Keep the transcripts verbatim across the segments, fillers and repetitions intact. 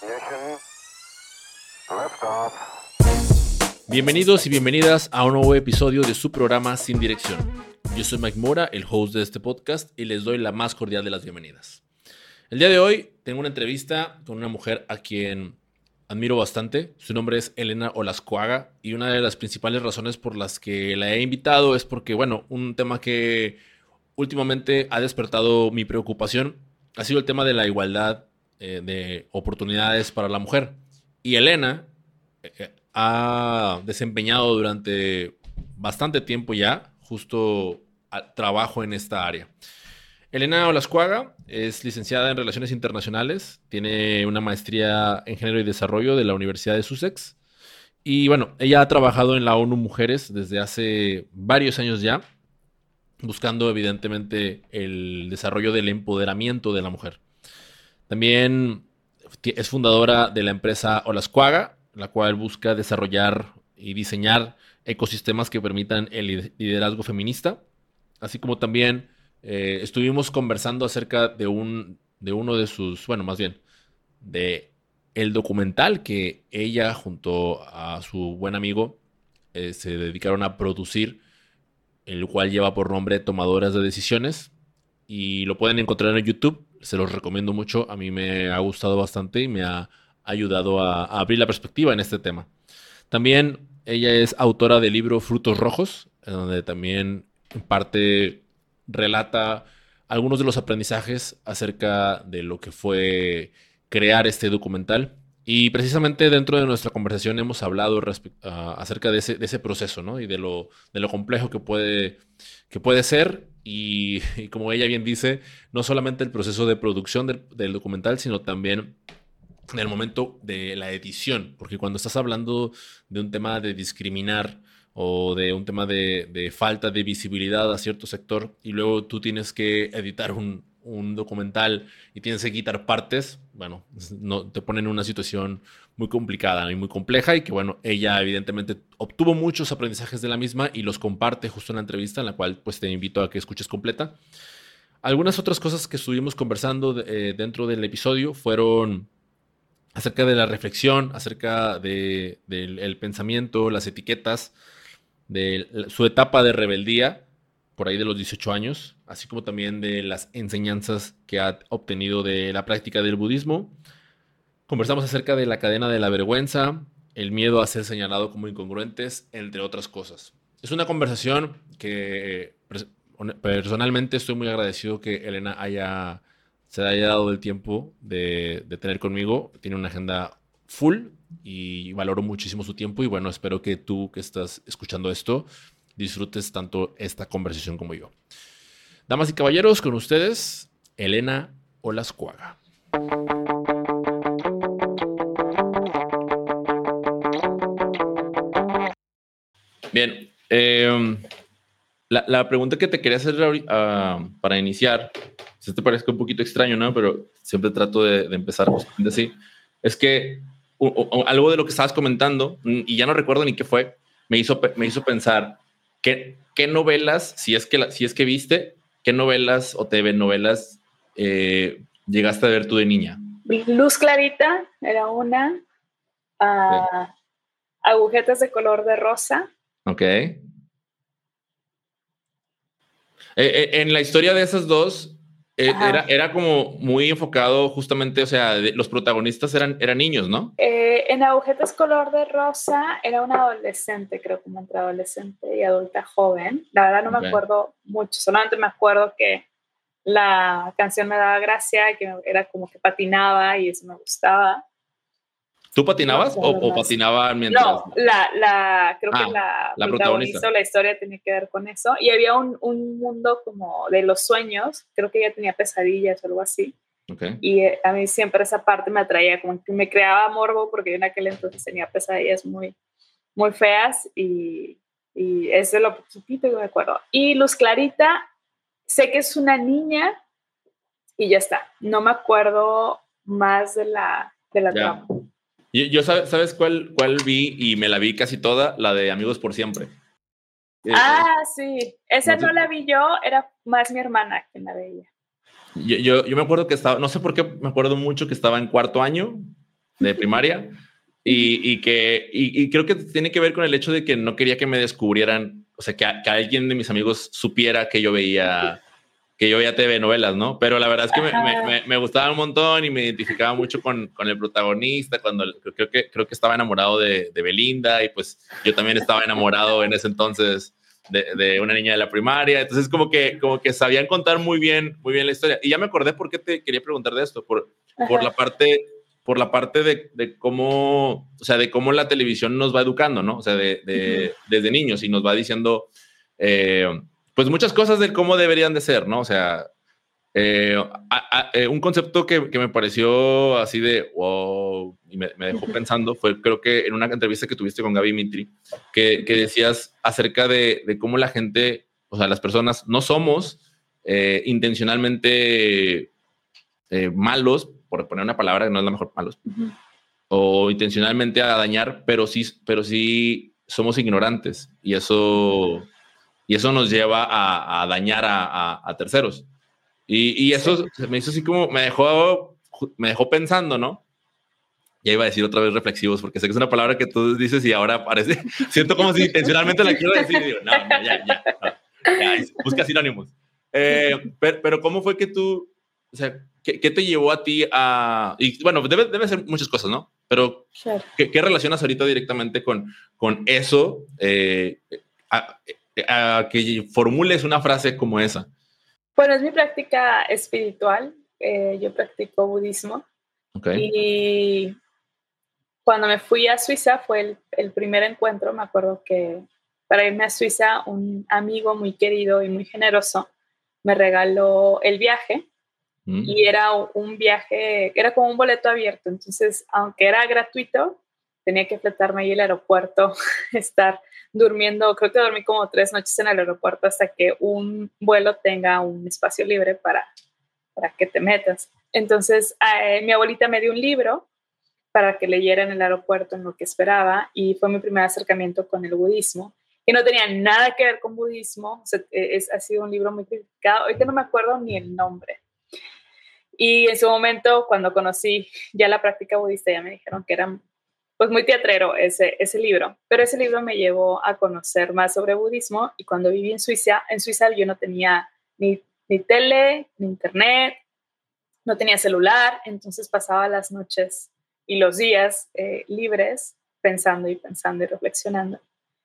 Ignition. Liftoff. Bienvenidos y bienvenidas a un nuevo episodio de su programa Sin Dirección. Yo soy Mike Mora, el host de este podcast, y les doy la más cordial de las bienvenidas. El día de hoy tengo una entrevista con una mujer a quien admiro bastante. Su nombre es Elena Olascuaga, y una de las principales razones por las que la he invitado es porque, bueno, un tema que últimamente ha despertado mi preocupación ha sido el tema de la igualdad eh, de oportunidades para la mujer. Y Elena eh, ha desempeñado durante bastante tiempo ya justo a, trabajo en esta área. Elena Olascuaga es licenciada en Relaciones Internacionales, tiene una maestría en Género y Desarrollo de la Universidad de Sussex. Y bueno, ella ha trabajado en la ONU Mujeres desde hace varios años ya, buscando evidentemente el desarrollo del empoderamiento de la mujer. También es fundadora de la empresa Olascuaga, la cual busca desarrollar y diseñar ecosistemas que permitan el liderazgo feminista, así como también eh, estuvimos conversando acerca de, un, de uno de sus, bueno, más bien, de el documental que ella junto a su buen amigo eh, se dedicaron a producir, el cual lleva por nombre Tomadoras de Decisiones, y lo pueden encontrar en YouTube. Se los recomiendo mucho, a mí me ha gustado bastante y me ha ayudado a, a abrir la perspectiva en este tema. También ella es autora del libro Frutos Rojos, en donde también en parte relata algunos de los aprendizajes acerca de lo que fue crear este documental. Y precisamente dentro de nuestra conversación hemos hablado respe- uh, acerca de ese, de ese proceso, ¿no? Y de lo, de lo complejo que puede, que puede ser. Y, y como ella bien dice, no solamente el proceso de producción del, del documental, sino también en el momento de la edición. Porque cuando estás hablando de un tema de discriminar o de un tema de, de falta de visibilidad a cierto sector, y luego tú tienes que editar un, un documental y tienes que quitar partes, bueno, no, te ponen en una situación muy complicada y muy compleja, y que bueno, ella evidentemente obtuvo muchos aprendizajes de la misma y los comparte justo en la entrevista, en la cual pues te invito a que escuches completa. Algunas otras cosas que estuvimos conversando de, eh, dentro del episodio fueron acerca de la reflexión, acerca de, del el pensamiento, las etiquetas, de su etapa de rebeldía, por ahí de los dieciocho años, así como también de las enseñanzas que ha obtenido de la práctica del budismo. Conversamos acerca de la cadena de la vergüenza, el miedo a ser señalado como incongruentes, entre otras cosas. Es una conversación que personalmente estoy muy agradecido que Elena haya, se haya dado el tiempo de, de tener conmigo. Tiene una agenda full y valoro muchísimo su tiempo, y bueno, espero que tú que estás escuchando esto disfrutes tanto esta conversación como yo. Damas y caballeros, con ustedes, Elena Olascuaga. Bien, eh, la, la pregunta que te quería hacer uh, para iniciar, si te parece un poquito extraño, ¿no? Pero siempre trato de, de empezar justamente así, es que o, o, algo de lo que estabas comentando, y ya no recuerdo ni qué fue, me hizo, me hizo pensar, ¿qué, qué novelas, si es, que la, si es que viste, qué novelas o T V novelas eh, llegaste a ver tú de niña? Luz Clarita era una, uh, sí. Agujetas de color de rosa. Ok. Eh, eh, en la historia de esas dos, eh, era, era como muy enfocado justamente, o sea, de, los protagonistas eran, eran niños, ¿no? Eh, en Agujetas color de rosa era una adolescente, creo, como entre adolescente y adulta joven. La verdad no okay. me acuerdo mucho, solamente me acuerdo que la canción me daba gracia, que era como que patinaba y eso me gustaba. ¿Tú patinabas no, o, o patinaba mientras? No, la, la, creo ah, que la, la protagonista, la historia tenía que ver con eso. Y había un, un mundo como de los sueños, creo que ella tenía pesadillas o algo así. Okay. Y eh, a mí siempre esa parte me atraía, como que me creaba morbo, porque yo en aquel entonces tenía pesadillas muy, muy feas, y, y eso es lo poquitito que me acuerdo. Y Luz Clarita, sé que es una niña y ya está. No me acuerdo más de la, de la trama. Yo, yo ¿sabes cuál, cuál vi? Y me la vi casi toda, la de Amigos por Siempre. Ah, eh, sí. Esa no, no la vi yo, era más mi hermana quien la veía. Yo, yo, yo me acuerdo que estaba, no sé por qué me acuerdo mucho que estaba en cuarto año, de primaria y, y que y, y creo que tiene que ver con el hecho de que no quería que me descubrieran, o sea, que, que alguien de mis amigos supiera que yo veía que yo veía T V novelas, ¿no? Pero la verdad es que me, me, me, me gustaba un montón y me identificaba mucho con, con el protagonista cuando creo que, creo que estaba enamorado de, de Belinda y pues yo también estaba enamorado en ese entonces de, de una niña de la primaria. Entonces como que, como que sabían contar muy bien, muy bien la historia. Y ya me acordé por qué te quería preguntar de esto, por, por la parte, por la parte de, de cómo, o sea, de cómo la televisión nos va educando, ¿no? O sea, de, de, uh-huh. desde niños y nos va diciendo... Eh, pues muchas cosas de cómo deberían de ser, ¿no? O sea, eh, a, a, eh, un concepto que, que me pareció así de wow, y me, me dejó pensando, fue creo que en una entrevista que tuviste con Gaby Mitri, que, que decías acerca de, de cómo la gente, o sea, las personas no somos eh, intencionalmente eh, malos, por poner una palabra que no es la mejor, malos, uh-huh. o intencionalmente a dañar, pero sí, pero sí somos ignorantes y eso... Y eso nos lleva a, a dañar a, a, a terceros. Y, y eso sí. me hizo así como, me dejó, me dejó pensando, ¿no? Ya iba a decir otra vez reflexivos, porque sé que es una palabra que tú dices y ahora parece, siento como si intencionalmente la quiero decir. Y digo, no, no, ya, ya, no, ya, busca sinónimos. Eh, pero, pero, ¿cómo fue que tú, o sea, qué, qué te llevó a ti a, y bueno, debe, debe ser muchas cosas, ¿no? Pero, sure. ¿qué, ¿qué relacionas ahorita directamente con, con eso? Eh, a, a que formules una frase como esa. Bueno, es mi práctica espiritual. Eh, yo practico budismo. Okay. Y cuando me fui a Suiza fue el, el primer encuentro. Me acuerdo que para irme a Suiza un amigo muy querido y muy generoso me regaló el viaje. Mm. Y era un viaje, era como un boleto abierto. Entonces, aunque era gratuito, tenía que fletarme ahí al aeropuerto, estar durmiendo, creo que dormí como tres noches en el aeropuerto hasta que un vuelo tenga un espacio libre para, para que te metas. Entonces, eh, mi abuelita me dio un libro para que leyera en el aeropuerto en lo que esperaba y fue mi primer acercamiento con el budismo, que no tenía nada que ver con budismo, o sea, es, ha sido un libro muy criticado, ahorita no me acuerdo ni el nombre. Y en su momento, cuando conocí ya la práctica budista, ya me dijeron que era pues muy teatrero ese, ese libro, pero ese libro me llevó a conocer más sobre budismo y cuando viví en Suiza, en Suiza yo no tenía ni, ni tele, ni internet, no tenía celular, entonces pasaba las noches y los días eh, libres pensando y pensando y reflexionando.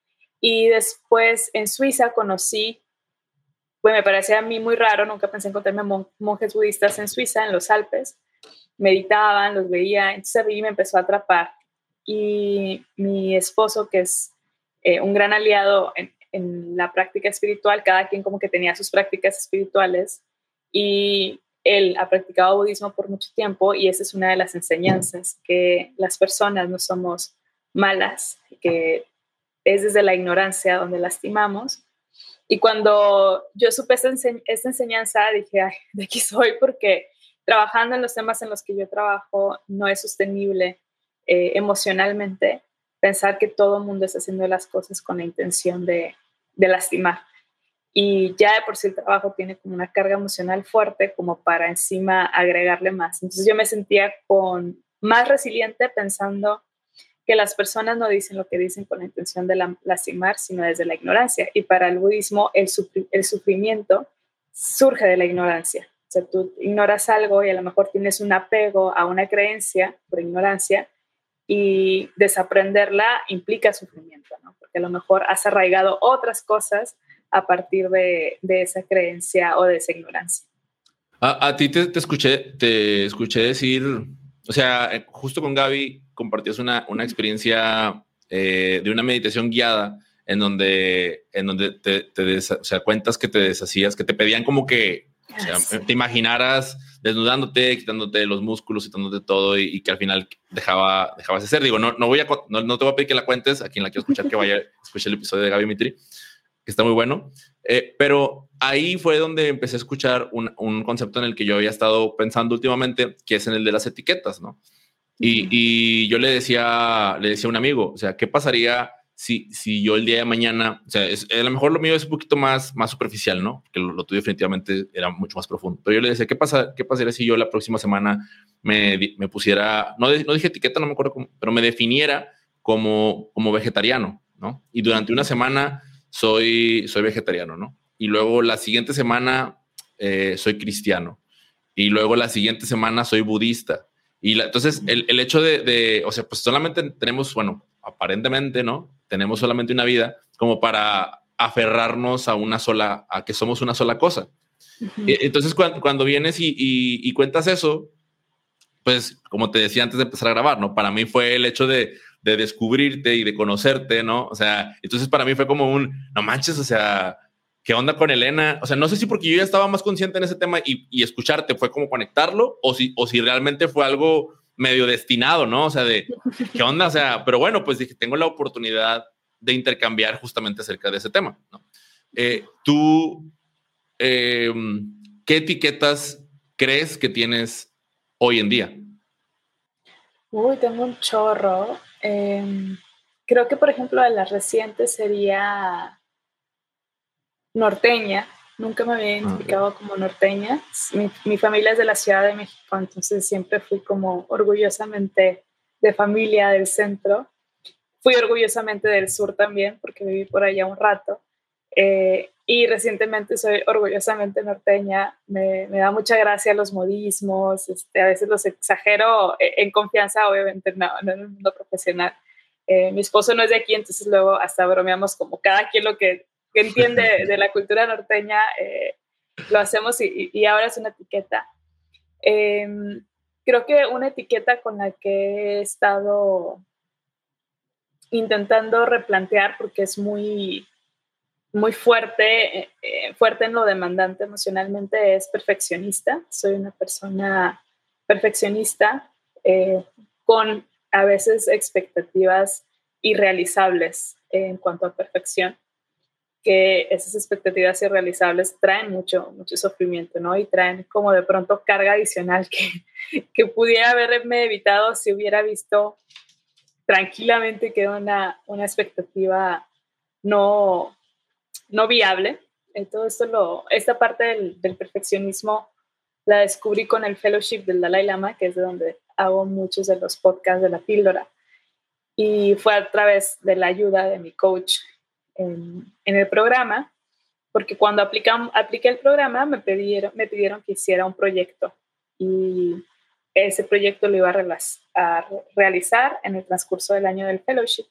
Y después en Suiza conocí, pues me parecía a mí muy raro, nunca pensé encontrarme mon- monjes budistas en Suiza, en los Alpes, meditaban, los veía, entonces a mí me empezó a atrapar. Y mi esposo, que es eh, un gran aliado en, en la práctica espiritual, cada quien como que tenía sus prácticas espirituales y él ha practicado budismo por mucho tiempo y esa es una de las enseñanzas, que las personas no somos malas, que es desde la ignorancia donde lastimamos. Y cuando yo supe esta, ense- esta enseñanza dije, ay, de aquí soy, porque trabajando en los temas en los que yo trabajo no es sostenible Eh, emocionalmente pensar que todo el mundo está haciendo las cosas con la intención de, de lastimar y ya de por sí el trabajo tiene como una carga emocional fuerte como para encima agregarle más. Entonces yo me sentía con más resiliente pensando que las personas no dicen lo que dicen con la intención de la, lastimar, sino desde la ignorancia, y para el budismo el, sufri- el sufrimiento surge de la ignorancia. O sea, tú ignoras algo y a lo mejor tienes un apego a una creencia por ignorancia y desaprenderla implica sufrimiento, ¿no? Porque a lo mejor has arraigado otras cosas a partir de, de esa creencia o de esa ignorancia. A, a ti te, te, escuché, te escuché decir, o sea, justo con Gaby compartías una, una experiencia eh, de una meditación guiada en donde, en donde te, te des, o sea, cuentas que te deshacías, que te pedían como que o sea, sí. te imaginaras desnudándote, quitándote los músculos, quitándote todo y, y que al final dejaba, dejabas de ser. Digo, no, no, voy a, no, no te voy a pedir que la cuentes, a quien la quiero escuchar que vaya a escuchar el episodio de Gaby Mitri, que está muy bueno. Eh, pero ahí fue donde empecé a escuchar un, un concepto en el que yo había estado pensando últimamente, que es en el de las etiquetas, ¿no? Y, uh-huh. y yo le decía, le decía a un amigo, o sea, ¿qué pasaría si, si yo el día de mañana, o sea, es, a lo mejor lo mío es un poquito más, más superficial, ¿no? Que lo, lo tuyo definitivamente era mucho más profundo. Pero yo le decía, ¿qué pasa, qué pasaría si yo la próxima semana me, me pusiera, no, no dije etiqueta, no me acuerdo cómo, pero me definiera como, como vegetariano, ¿no? Y durante una semana soy, soy vegetariano, ¿no? Y luego la siguiente semana eh, soy cristiano. Y luego la siguiente semana soy budista. Y la, entonces el, el hecho de, de, o sea, pues solamente tenemos, bueno, aparentemente, ¿no? Tenemos solamente una vida como para aferrarnos a una sola, a que somos una sola cosa. Uh-huh. Entonces cuando, cuando vienes y, y, y cuentas eso, pues como te decía antes de empezar a grabar, ¿no? Para mí fue el hecho de, de descubrirte y de conocerte, ¿no? O sea, entonces para mí fue como un, no manches, o sea, ¿qué onda con Elena? O sea, no sé si porque yo ya estaba más consciente en ese tema y, y escucharte fue como conectarlo o si, o si realmente fue algo medio destinado, ¿no? O sea, de qué onda, o sea, pero bueno, pues dije, tengo la oportunidad de intercambiar justamente acerca de ese tema, ¿no? Eh, tú, eh, ¿qué etiquetas crees que tienes hoy en día? Uy, tengo un chorro. Eh, creo que, por ejemplo, de las recientes sería norteña. Nunca me había identificado okay. como norteña. Mi, mi familia es de la Ciudad de México, entonces siempre fui como orgullosamente de familia del centro. Fui orgullosamente del sur también, porque viví por allá un rato. Eh, y recientemente soy orgullosamente norteña. Me, me da mucha gracia los modismos. Este, a veces los exagero en confianza, obviamente no, no en el mundo profesional. Eh, mi esposo no es de aquí, entonces luego hasta bromeamos como cada quien lo que que entiende de la cultura norteña, eh, lo hacemos y, y ahora es una etiqueta. Eh, creo que una etiqueta con la que he estado intentando replantear, porque es muy, muy fuerte, eh, fuerte en lo demandante emocionalmente, es perfeccionista. Soy una persona perfeccionista eh, con a veces expectativas irrealizables eh, en cuanto a perfección, que esas expectativas irrealizables traen mucho, mucho sufrimiento, ¿no? Y traen como de pronto carga adicional que, que pudiera haberme evitado si hubiera visto tranquilamente que era una, una expectativa no, no viable. Eh, todo esto lo, esta parte del, del perfeccionismo la descubrí con el fellowship del Dalai Lama, que es de donde hago muchos de los podcasts de La Píldora. Y fue a través de la ayuda de mi coach En, en el programa, porque cuando aplica, apliqué el programa me pidieron, me pidieron que hiciera un proyecto y ese proyecto lo iba a, relas, a realizar en el transcurso del año del fellowship.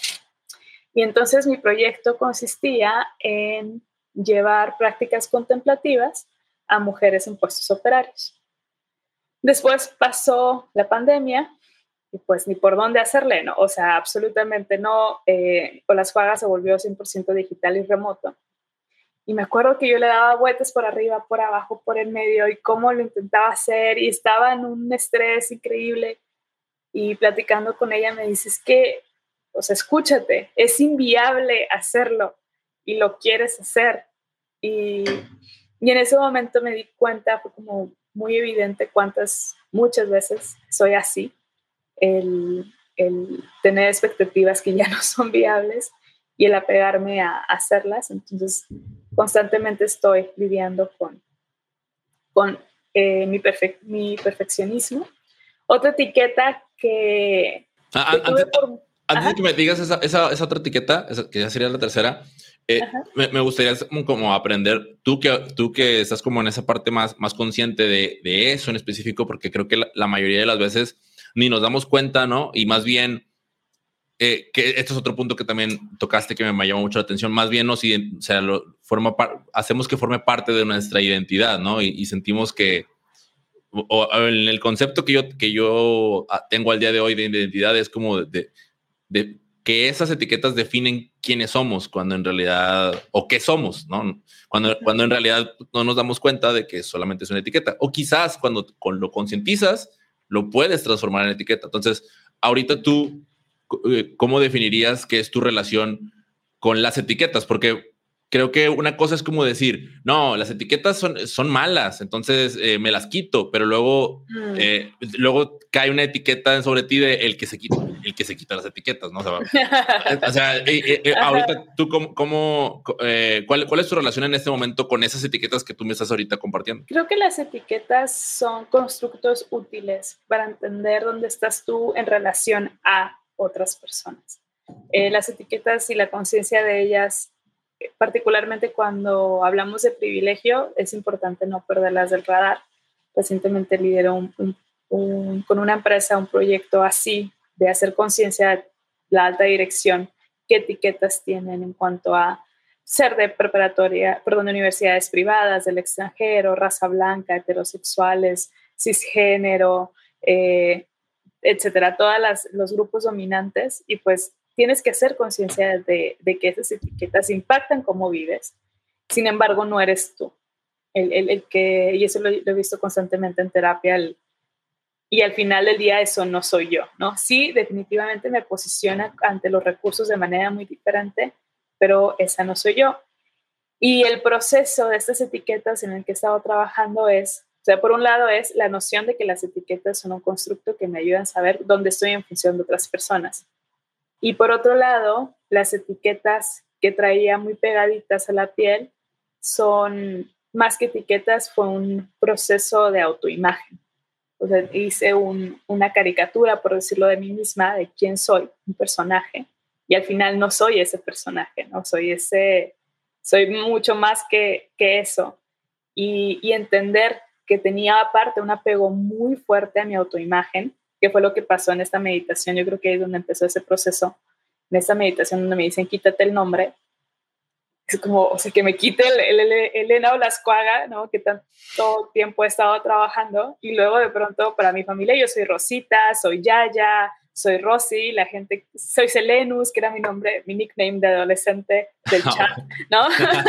Y entonces mi proyecto consistía en llevar prácticas contemplativas a mujeres en puestos operarios. Después pasó la pandemia y pues ni por dónde hacerle, ¿no? O sea, absolutamente no. Eh, con las Juagas se volvió cien por ciento digital y remoto. Y me acuerdo que yo le daba vueltas por arriba, por abajo, por el medio y cómo lo intentaba hacer y estaba en un estrés increíble. Y platicando con ella me dice, es que, o sea, escúchate, es inviable hacerlo y lo quieres hacer. Y, y en ese momento me di cuenta, fue como muy evidente cuántas, muchas veces soy así. El, el tener expectativas que ya no son viables y el apegarme a, a hacerlas. Entonces, constantemente estoy lidiando con, con eh, mi, perfe- mi perfeccionismo. Otra etiqueta que... Ah, que antes por... antes de que me digas esa, esa, esa otra etiqueta, esa, que ya sería la tercera, eh, me, me gustaría como, como aprender, tú que, tú que estás como en esa parte más, más consciente de, de eso en específico, porque creo que la, la mayoría de las veces ni nos damos cuenta, ¿no? Y más bien, eh, que esto es otro punto que también tocaste que me llamó mucho la atención, más bien nos, o sea, lo, forma par, hacemos que forme parte de nuestra identidad, ¿no? Y, y sentimos que, o, o en el concepto que yo, que yo tengo al día de hoy de identidad es como de, de que esas etiquetas definen quiénes somos, cuando en realidad, o qué somos, ¿no? Cuando, cuando en realidad no nos damos cuenta de que solamente es una etiqueta, o quizás cuando con lo concientizas, lo puedes transformar en etiqueta. Entonces, ahorita tú, ¿cómo definirías qué es tu relación con las etiquetas? Porque creo que una cosa es como decir, no, las etiquetas son, son malas, entonces eh, me las quito, pero luego, mm. eh, luego cae una etiqueta sobre ti de el que se quita, el que se quita las etiquetas, ¿no? O sea, o sea eh, eh, ahorita tú, cómo, cómo, eh, ¿cuál, ¿cuál es tu relación en este momento con esas etiquetas que tú me estás ahorita compartiendo? Creo que las etiquetas son constructos útiles para entender dónde estás tú en relación a otras personas. Eh, las etiquetas y la conciencia de ellas, particularmente cuando hablamos de privilegio, es importante no perderlas del radar. Recientemente lideré un, un, un, con una empresa un proyecto así, de hacer conciencia de la alta dirección, qué etiquetas tienen en cuanto a ser de preparatoria, perdón, de universidades privadas, del extranjero, raza blanca, heterosexuales, cisgénero, eh, etcétera, todos los grupos dominantes, y pues tienes que hacer conciencia de, de que esas etiquetas impactan cómo vives. Sin embargo, no eres tú. El, el, el que, y eso lo, lo he visto constantemente en terapia, el, y al final del día eso no soy yo, ¿no? Sí, definitivamente me posiciona ante los recursos de manera muy diferente, pero esa no soy yo. Y el proceso de estas etiquetas en el que he estado trabajando es, o sea, por un lado es la noción de que las etiquetas son un constructo que me ayudan a saber dónde estoy en función de otras personas. Y por otro lado, las etiquetas que traía muy pegaditas a la piel son, más que etiquetas, fue un proceso de autoimagen. O sea, hice un, una caricatura, por decirlo de mí misma, de quién soy, un personaje, y al final no soy ese personaje, ¿no? Soy ese, soy mucho más que, que eso. Y, y entender que tenía aparte un apego muy fuerte a mi autoimagen, que fue lo que pasó en esta meditación. Yo creo que es donde empezó ese proceso, en esta meditación donde me dicen, quítate el nombre. Es como, o sea, que me quite el, el, el Elena Olascuaga, ¿no? Que tanto tiempo he estado trabajando, y luego de pronto para mi familia yo soy Rosita, soy Yaya, soy Rosy, la gente, soy Selenus, que era mi nombre, mi nickname de adolescente del chat, ¿no?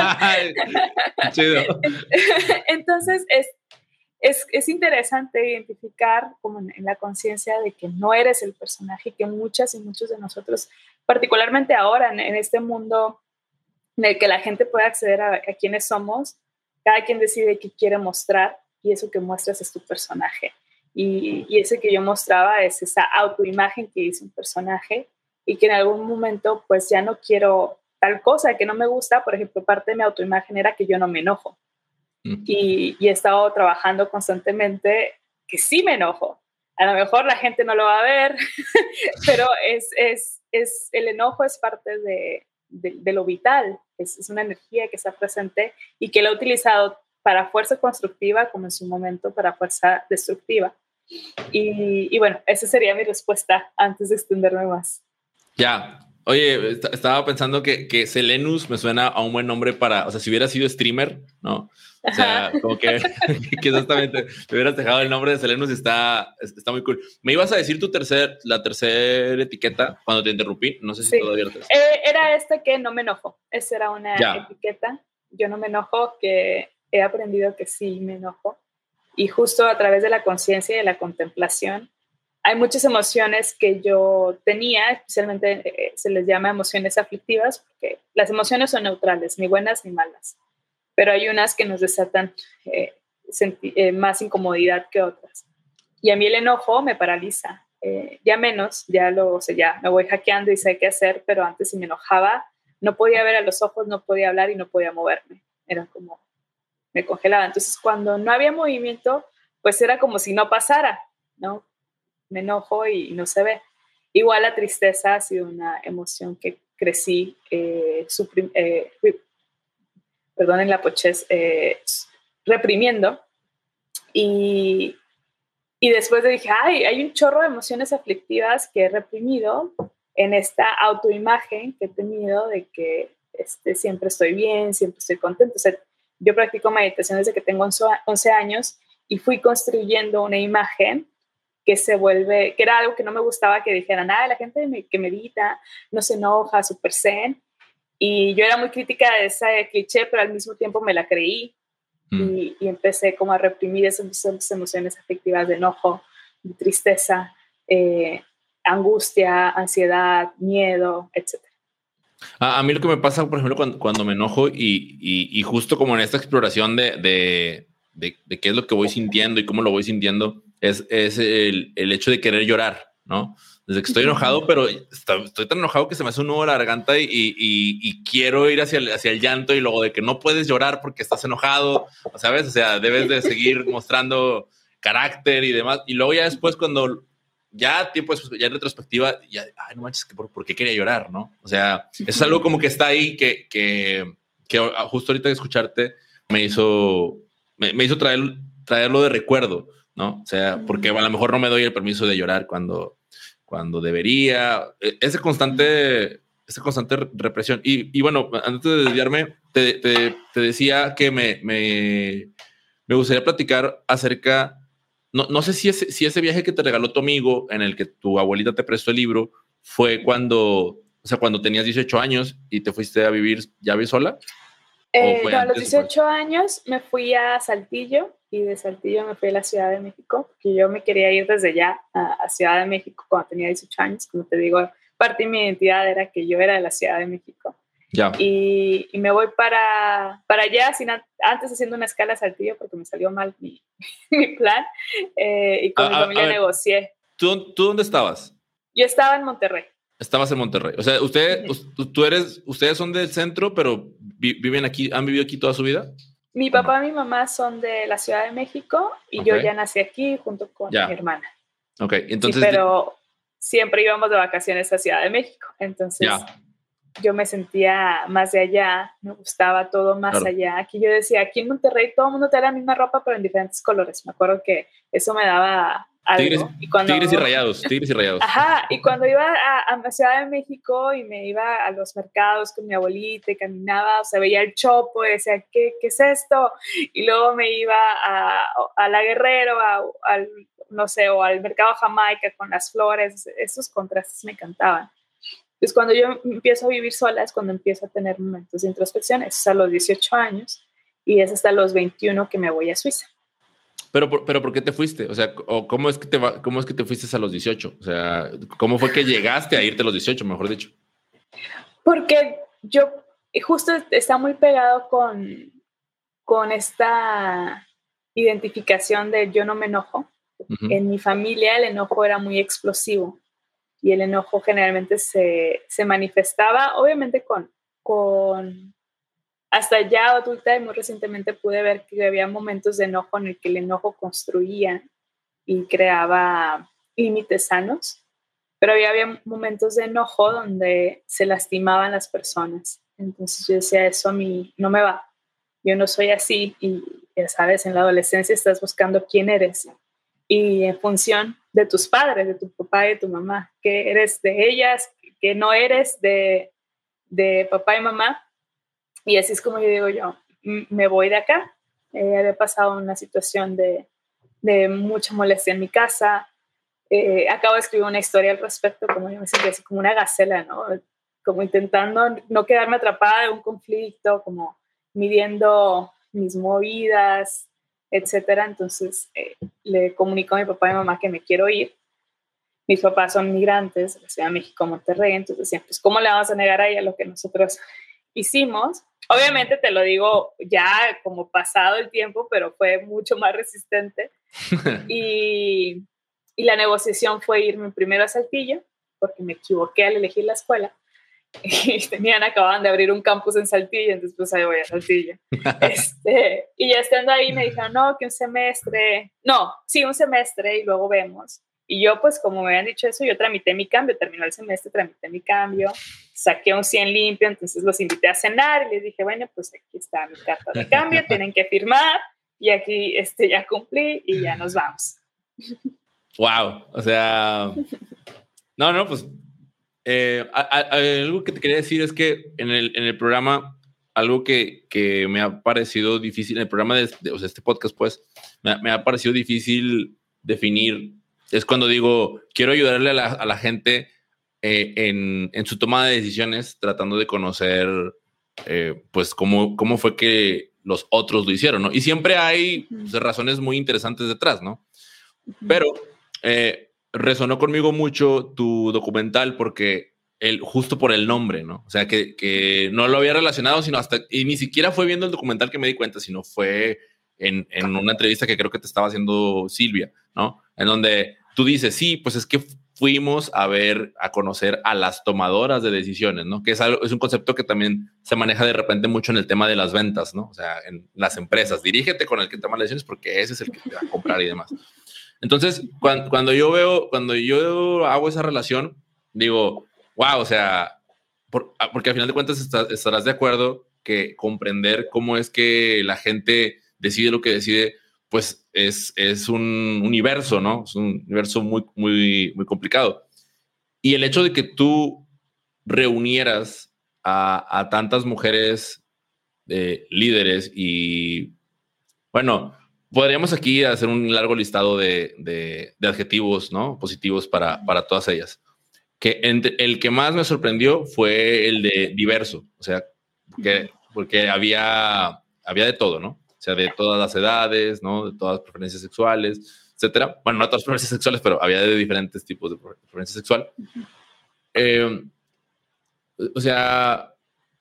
Chido. Entonces es, es, es interesante identificar como en, en la conciencia de que no eres el personaje, que muchas y muchos de nosotros, particularmente ahora en, en este mundo en el que la gente puede acceder a, a quiénes somos, cada quien decide qué quiere mostrar, y eso que muestras es tu personaje. Y, y ese que yo mostraba es esa autoimagen que hizo un personaje, y que en algún momento pues ya no quiero tal cosa que no me gusta. Por ejemplo, parte de mi autoimagen era que yo no me enojo. Mm. Y, y he estado trabajando constantemente que sí me enojo. A lo mejor la gente no lo va a ver, pero es, es, es, el enojo es parte de, de, de lo vital. Es, es una energía que está presente y que la he utilizado para fuerza constructiva como en su momento para fuerza destructiva. Y, y bueno, esa sería mi respuesta antes de extenderme más. Ya. Oye, est- estaba pensando que, que Selenus me suena a un buen nombre para, o sea, si hubiera sido streamer, ¿no? O sea, Ajá. como que, que exactamente te hubieras dejado el nombre de Selenus y está, está muy cool. Me ibas a decir tu tercer, la tercera etiqueta cuando te interrumpí. No sé si sí. todavía lo tienes. Eh, era esta que no me enojo. Esa era una ya. etiqueta. Yo no me enojo, que he aprendido que sí me enojo. Y justo a través de la conciencia y de la contemplación, hay muchas emociones que yo tenía, especialmente eh, se les llama emociones aflictivas, porque las emociones son neutrales, ni buenas ni malas. Pero hay unas que nos desatan eh, senti- eh, más incomodidad que otras. Y a mí el enojo me paraliza. Eh, ya menos, ya lo o sea, ya me voy hackeando y sé qué hacer, pero antes si me enojaba, no podía ver a los ojos, no podía hablar y no podía moverme. Era como, me congelaba. Entonces, cuando no había movimiento, pues era como si no pasara, ¿no? Me enojo y no se ve. Igual la tristeza ha sido una emoción que crecí eh, suprim- eh, perdonen la pochez, eh, reprimiendo, y, y después dije, ay, hay un chorro de emociones aflictivas que he reprimido en esta autoimagen que he tenido de que este, siempre estoy bien, siempre estoy contento. O sea, yo practico meditación desde que tengo once años y fui construyendo una imagen que se vuelve, que era algo que no me gustaba que dijeran, ah, la gente que medita no se enoja, súper zen. Y yo era muy crítica de ese cliché, pero al mismo tiempo me la creí mm. y, y empecé como a reprimir esas, esas emociones afectivas de enojo, de tristeza, eh, angustia, ansiedad, miedo, etcétera. A, a mí lo que me pasa, por ejemplo, cuando, cuando me enojo y, y, y justo como en esta exploración de, de, de, de qué es lo que voy sintiendo y cómo lo voy sintiendo, es, es el, el hecho de querer llorar, ¿no? Desde que estoy enojado, pero estoy, estoy tan enojado que se me hace un nudo en la garganta y, y, y quiero ir hacia el, hacia el llanto y luego de que no puedes llorar porque estás enojado, ¿sabes? O sea, debes de seguir mostrando carácter y demás. Y luego ya después cuando ya tiempo después, ya en retrospectiva, ya, ay, no manches, ¿por, ¿por qué quería llorar, no? O sea, es algo como que está ahí que, que, que justo ahorita de escucharte me hizo, me, me hizo traer, traerlo de recuerdo, ¿no? O sea, porque a lo mejor no me doy el permiso de llorar cuando... cuando debería, ese constante, esa constante represión. Y, y bueno, antes de desviarme, te, te, te decía que me, me, me gustaría platicar acerca, no, no sé si ese, si ese viaje que te regaló tu amigo, en el que tu abuelita te prestó el libro, fue cuando, o sea, cuando tenías dieciocho años y te fuiste a vivir, ¿ya ves sola? Eh, no, a los dieciocho años me fui a Saltillo y de Saltillo me fui a la Ciudad de México, porque yo me quería ir desde ya a, a Ciudad de México cuando tenía dieciocho años. Como te digo, parte de mi identidad era que yo era de la Ciudad de México. Ya. Y, y me voy para, para allá, sin, antes haciendo una escala a Saltillo porque me salió mal mi, mi plan, eh, y con a, mi familia a ver, negocié. ¿tú, ¿Tú dónde estabas? Yo estaba en Monterrey. Estabas en Monterrey. O sea, usted, uh-huh. tú eres, ustedes son del centro, pero vi, viven aquí, ¿han vivido aquí toda su vida? Mi papá y mi mamá son de la Ciudad de México y okay. yo ya nací aquí junto con ya. mi hermana. Ok, entonces... Sí, pero siempre íbamos de vacaciones a Ciudad de México. Entonces ya. yo me sentía más de allá, me gustaba todo más claro. allá. Aquí yo decía, aquí en Monterrey todo el mundo te da la misma ropa, pero en diferentes colores. Me acuerdo que eso me daba... algo. Tigres, y cuando, tigres y rayados, tigres y rayados. Ajá, y cuando iba a, a la Ciudad de México y me iba a los mercados con mi abuelita y caminaba, o sea, veía el chopo y decía, ¿qué, qué es esto? Y luego me iba a, a la Guerrero, a, al, no sé, o al mercado Jamaica con las flores, esos contrastes me encantaban. Entonces, cuando yo empiezo a vivir sola es cuando empiezo a tener momentos de introspección, es a los dieciocho años y es hasta los veintiuno que me voy a Suiza. Pero, pero ¿por qué te fuiste? O sea, ¿cómo es que te va, cómo es que te fuiste a los dieciocho? O sea, ¿cómo fue que llegaste a irte a los dieciocho, mejor dicho? Porque yo justo está muy pegado con, con esta identificación de yo no me enojo. Uh-huh. En mi familia el enojo era muy explosivo y el enojo generalmente se, se manifestaba, obviamente con... con hasta ya adulta y muy recientemente pude ver que había momentos de enojo en el que el enojo construía y creaba límites sanos, pero había, había momentos de enojo donde se lastimaban las personas. Entonces yo decía, eso a mí no me va, yo no soy así y ya sabes, en la adolescencia estás buscando quién eres y en función de tus padres, de tu papá y de tu mamá, que eres de ellas, que no eres de, de papá y mamá. Y así es como yo digo yo, me voy de acá. Eh, había pasado una situación de, de mucha molestia en mi casa. Eh, acabo de escribir una historia al respecto, como yo me sentía así como una gacela, ¿no? Como intentando no quedarme atrapada en un conflicto, como midiendo mis movidas, etcétera. Entonces eh, le comunico a mi papá y mamá que me quiero ir. Mis papás son migrantes de la Ciudad de México, Monterrey, entonces decían, pues ¿cómo le vamos a negar a ella lo que nosotros hicimos? Obviamente te lo digo ya como pasado el tiempo, pero fue mucho más resistente. y, y la negociación fue irme primero a Saltillo, porque me equivoqué al elegir la escuela. Y tenían, acababan de abrir un campus en Saltillo, entonces pues ahí voy a Saltillo. este, y ya estando ahí me dijeron, no, que un semestre, no, sí, un semestre y luego vemos. Y yo, pues, como me habían dicho eso, yo tramité mi cambio, terminó el semestre, tramité mi cambio, saqué un cien limpio, entonces los invité a cenar y les dije, bueno, pues aquí está mi carta de cambio, tienen que firmar y aquí este, ya cumplí y ya nos vamos. Wow, o sea, no, no, pues, eh, a, a, algo que te quería decir es que en el, en el programa, algo que, que me ha parecido difícil, en el programa de, de o sea, este podcast, pues, me, me ha parecido difícil definir. Es cuando digo, quiero ayudarle a la, a la gente eh, en, en su toma de decisiones, tratando de conocer, eh, pues, cómo, cómo fue que los otros lo hicieron, ¿no? Y siempre hay pues, razones muy interesantes detrás, ¿no? Pero eh, resonó conmigo mucho tu documental porque el, justo por el nombre, ¿no? O sea, que, que no lo había relacionado, sino hasta, y ni siquiera fue viendo el documental que me di cuenta, sino fue en, en una entrevista que creo que te estaba haciendo Silvia, ¿no? En donde tú dices, sí, pues es que fuimos a ver, a conocer a las tomadoras de decisiones, ¿no? Que es, algo, es un concepto que también se maneja de repente mucho en el tema de las ventas, ¿no? O sea, en las empresas, dirígete con el que toma las decisiones porque ese es el que te va a comprar y demás. Entonces, cuando, cuando yo veo, cuando yo hago esa relación, digo, wow, o sea, por, porque al final de cuentas está, estarás de acuerdo que comprender cómo es que la gente decide lo que decide, pues es, es un universo, ¿no? Es un universo muy, muy, muy complicado. Y el hecho de que tú reunieras a, a tantas mujeres eh, líderes y, bueno, podríamos aquí hacer un largo listado de, de, de adjetivos, ¿no? Positivos para, para todas ellas. Que entre, el que más me sorprendió fue el de diverso, o sea, porque, porque había, había de todo, ¿no? O sea, de todas las edades, ¿no? De todas las preferencias sexuales, etcétera. Bueno, no todas las preferencias sexuales, pero había de diferentes tipos de preferencia sexual. Eh, o sea,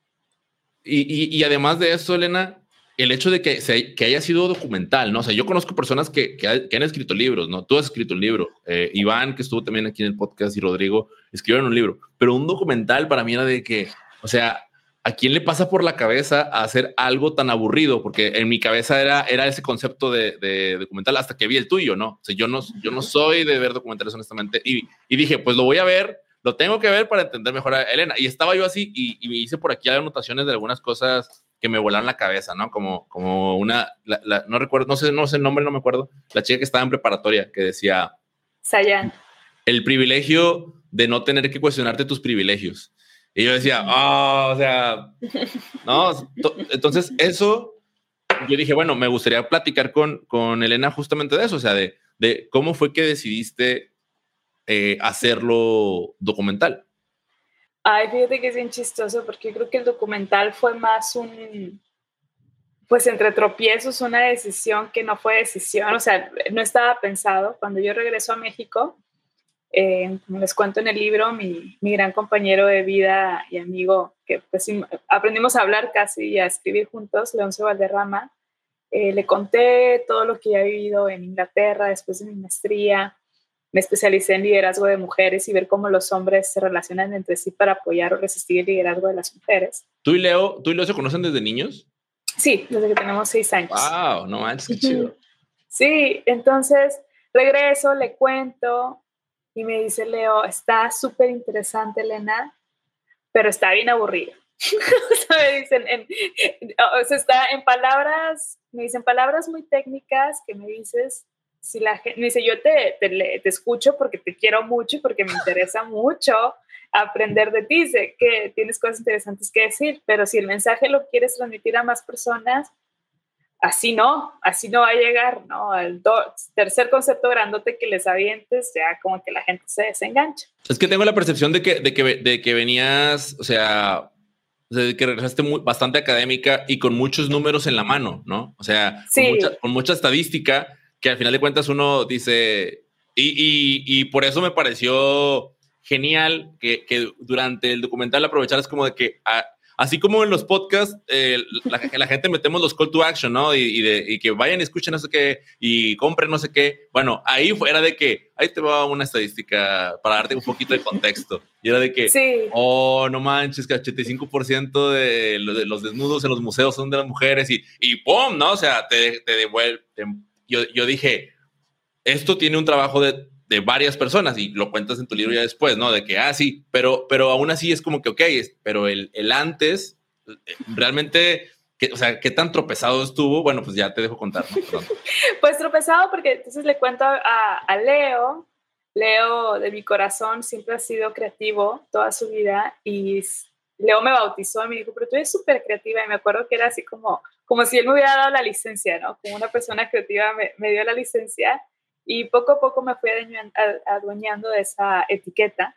y, y, y además de eso, Elena, el hecho de que, se, que haya sido documental, ¿no? O sea, yo conozco personas que, que, ha, que han escrito libros, ¿no? Tú has escrito un libro. Eh, Iván, que estuvo también aquí en el podcast, y Rodrigo escribieron un libro. Pero un documental para mí era de que, o sea, ¿a quién le pasa por la cabeza hacer algo tan aburrido? Porque en mi cabeza era, era ese concepto de, de documental hasta que vi el tuyo, ¿no? O sea, yo no, yo no soy de ver documentales, honestamente. Y, y dije, pues lo voy a ver, lo tengo que ver para entender mejor a Elena. Y estaba yo así y, y me hice por aquí anotaciones de algunas cosas que me volaron la cabeza, ¿no? Como, como una, la, la, no recuerdo, no sé, no sé el nombre, no me acuerdo. La chica que estaba en preparatoria que decía... Sayan. El privilegio de no tener que cuestionarte tus privilegios. Y yo decía, oh, o sea, no, entonces eso, yo dije, bueno, me gustaría platicar con, con Elena justamente de eso, o sea, de, de cómo fue que decidiste eh, hacerlo documental. Ay, fíjate que es bien chistoso porque yo creo que el documental fue más un, pues entre tropiezos, una decisión que no fue decisión, o sea, no estaba pensado. Cuando yo regreso a México, Eh, como les cuento en el libro, mi, mi gran compañero de vida y amigo, que pues aprendimos a hablar casi y a escribir juntos, Leoncio Valderrama, eh, le conté todo lo que había vivido en Inglaterra después de mi maestría. Me especialicé en liderazgo de mujeres y ver cómo los hombres se relacionan entre sí para apoyar o resistir el liderazgo de las mujeres. ¿Tú y Leo, tú y Leo se conocen desde niños? Sí, desde que tenemos seis años. ¡Wow! No manches, qué chido. Sí, entonces regreso, le cuento. Y me dice Leo, está súper interesante, Elena, pero está bien aburrido. O sea, me dicen, en, o sea, está en palabras, me dicen palabras muy técnicas que me dices, si la gente, me dice, yo te, te, te escucho porque te quiero mucho y porque me interesa mucho aprender de ti, sé que tienes cosas interesantes que decir, pero si el mensaje lo quieres transmitir a más personas, así no, así no va a llegar, ¿no? El do, tercer concepto grandote que les avientes, ya como que la gente se desengancha. Es que tengo la percepción de que, de que, de que venías, o sea, o sea, que regresaste muy, bastante académica y con muchos números en la mano, ¿no? O sea, sí. con, mucha, con mucha estadística que al final de cuentas uno dice, y, y, y por eso me pareció genial que, que durante el documental aprovecharas como de que... A, así como en los podcasts, eh, la, la gente metemos los call to action, ¿no? Y, y, de, y que vayan y escuchen no sé qué y compren no sé qué. Bueno, ahí era de que, ahí te va una estadística para darte un poquito de contexto. Y era de que, sí. oh, no manches, que el ochenta y cinco por ciento de, de los desnudos en los museos son de las mujeres y, y ¡pum! ¿No? O sea, te, te devuelve. Te, yo, yo dije, esto tiene un trabajo de... de varias personas y lo cuentas en tu libro ya después, ¿no? De que, ah, sí, pero, pero aún así es como que, ok, pero el, el antes, realmente, que, o sea, ¿qué tan tropezado estuvo? Bueno, pues ya te dejo contar, ¿no? Perdón. Pues tropezado porque entonces le cuento a, a Leo, Leo de mi corazón siempre ha sido creativo toda su vida y Leo me bautizó y me dijo, pero tú eres súper creativa y me acuerdo que era así como, como si él me hubiera dado la licencia, ¿no? Como una persona creativa me, me dio la licencia. Y poco a poco me fui adueñando de esa etiqueta.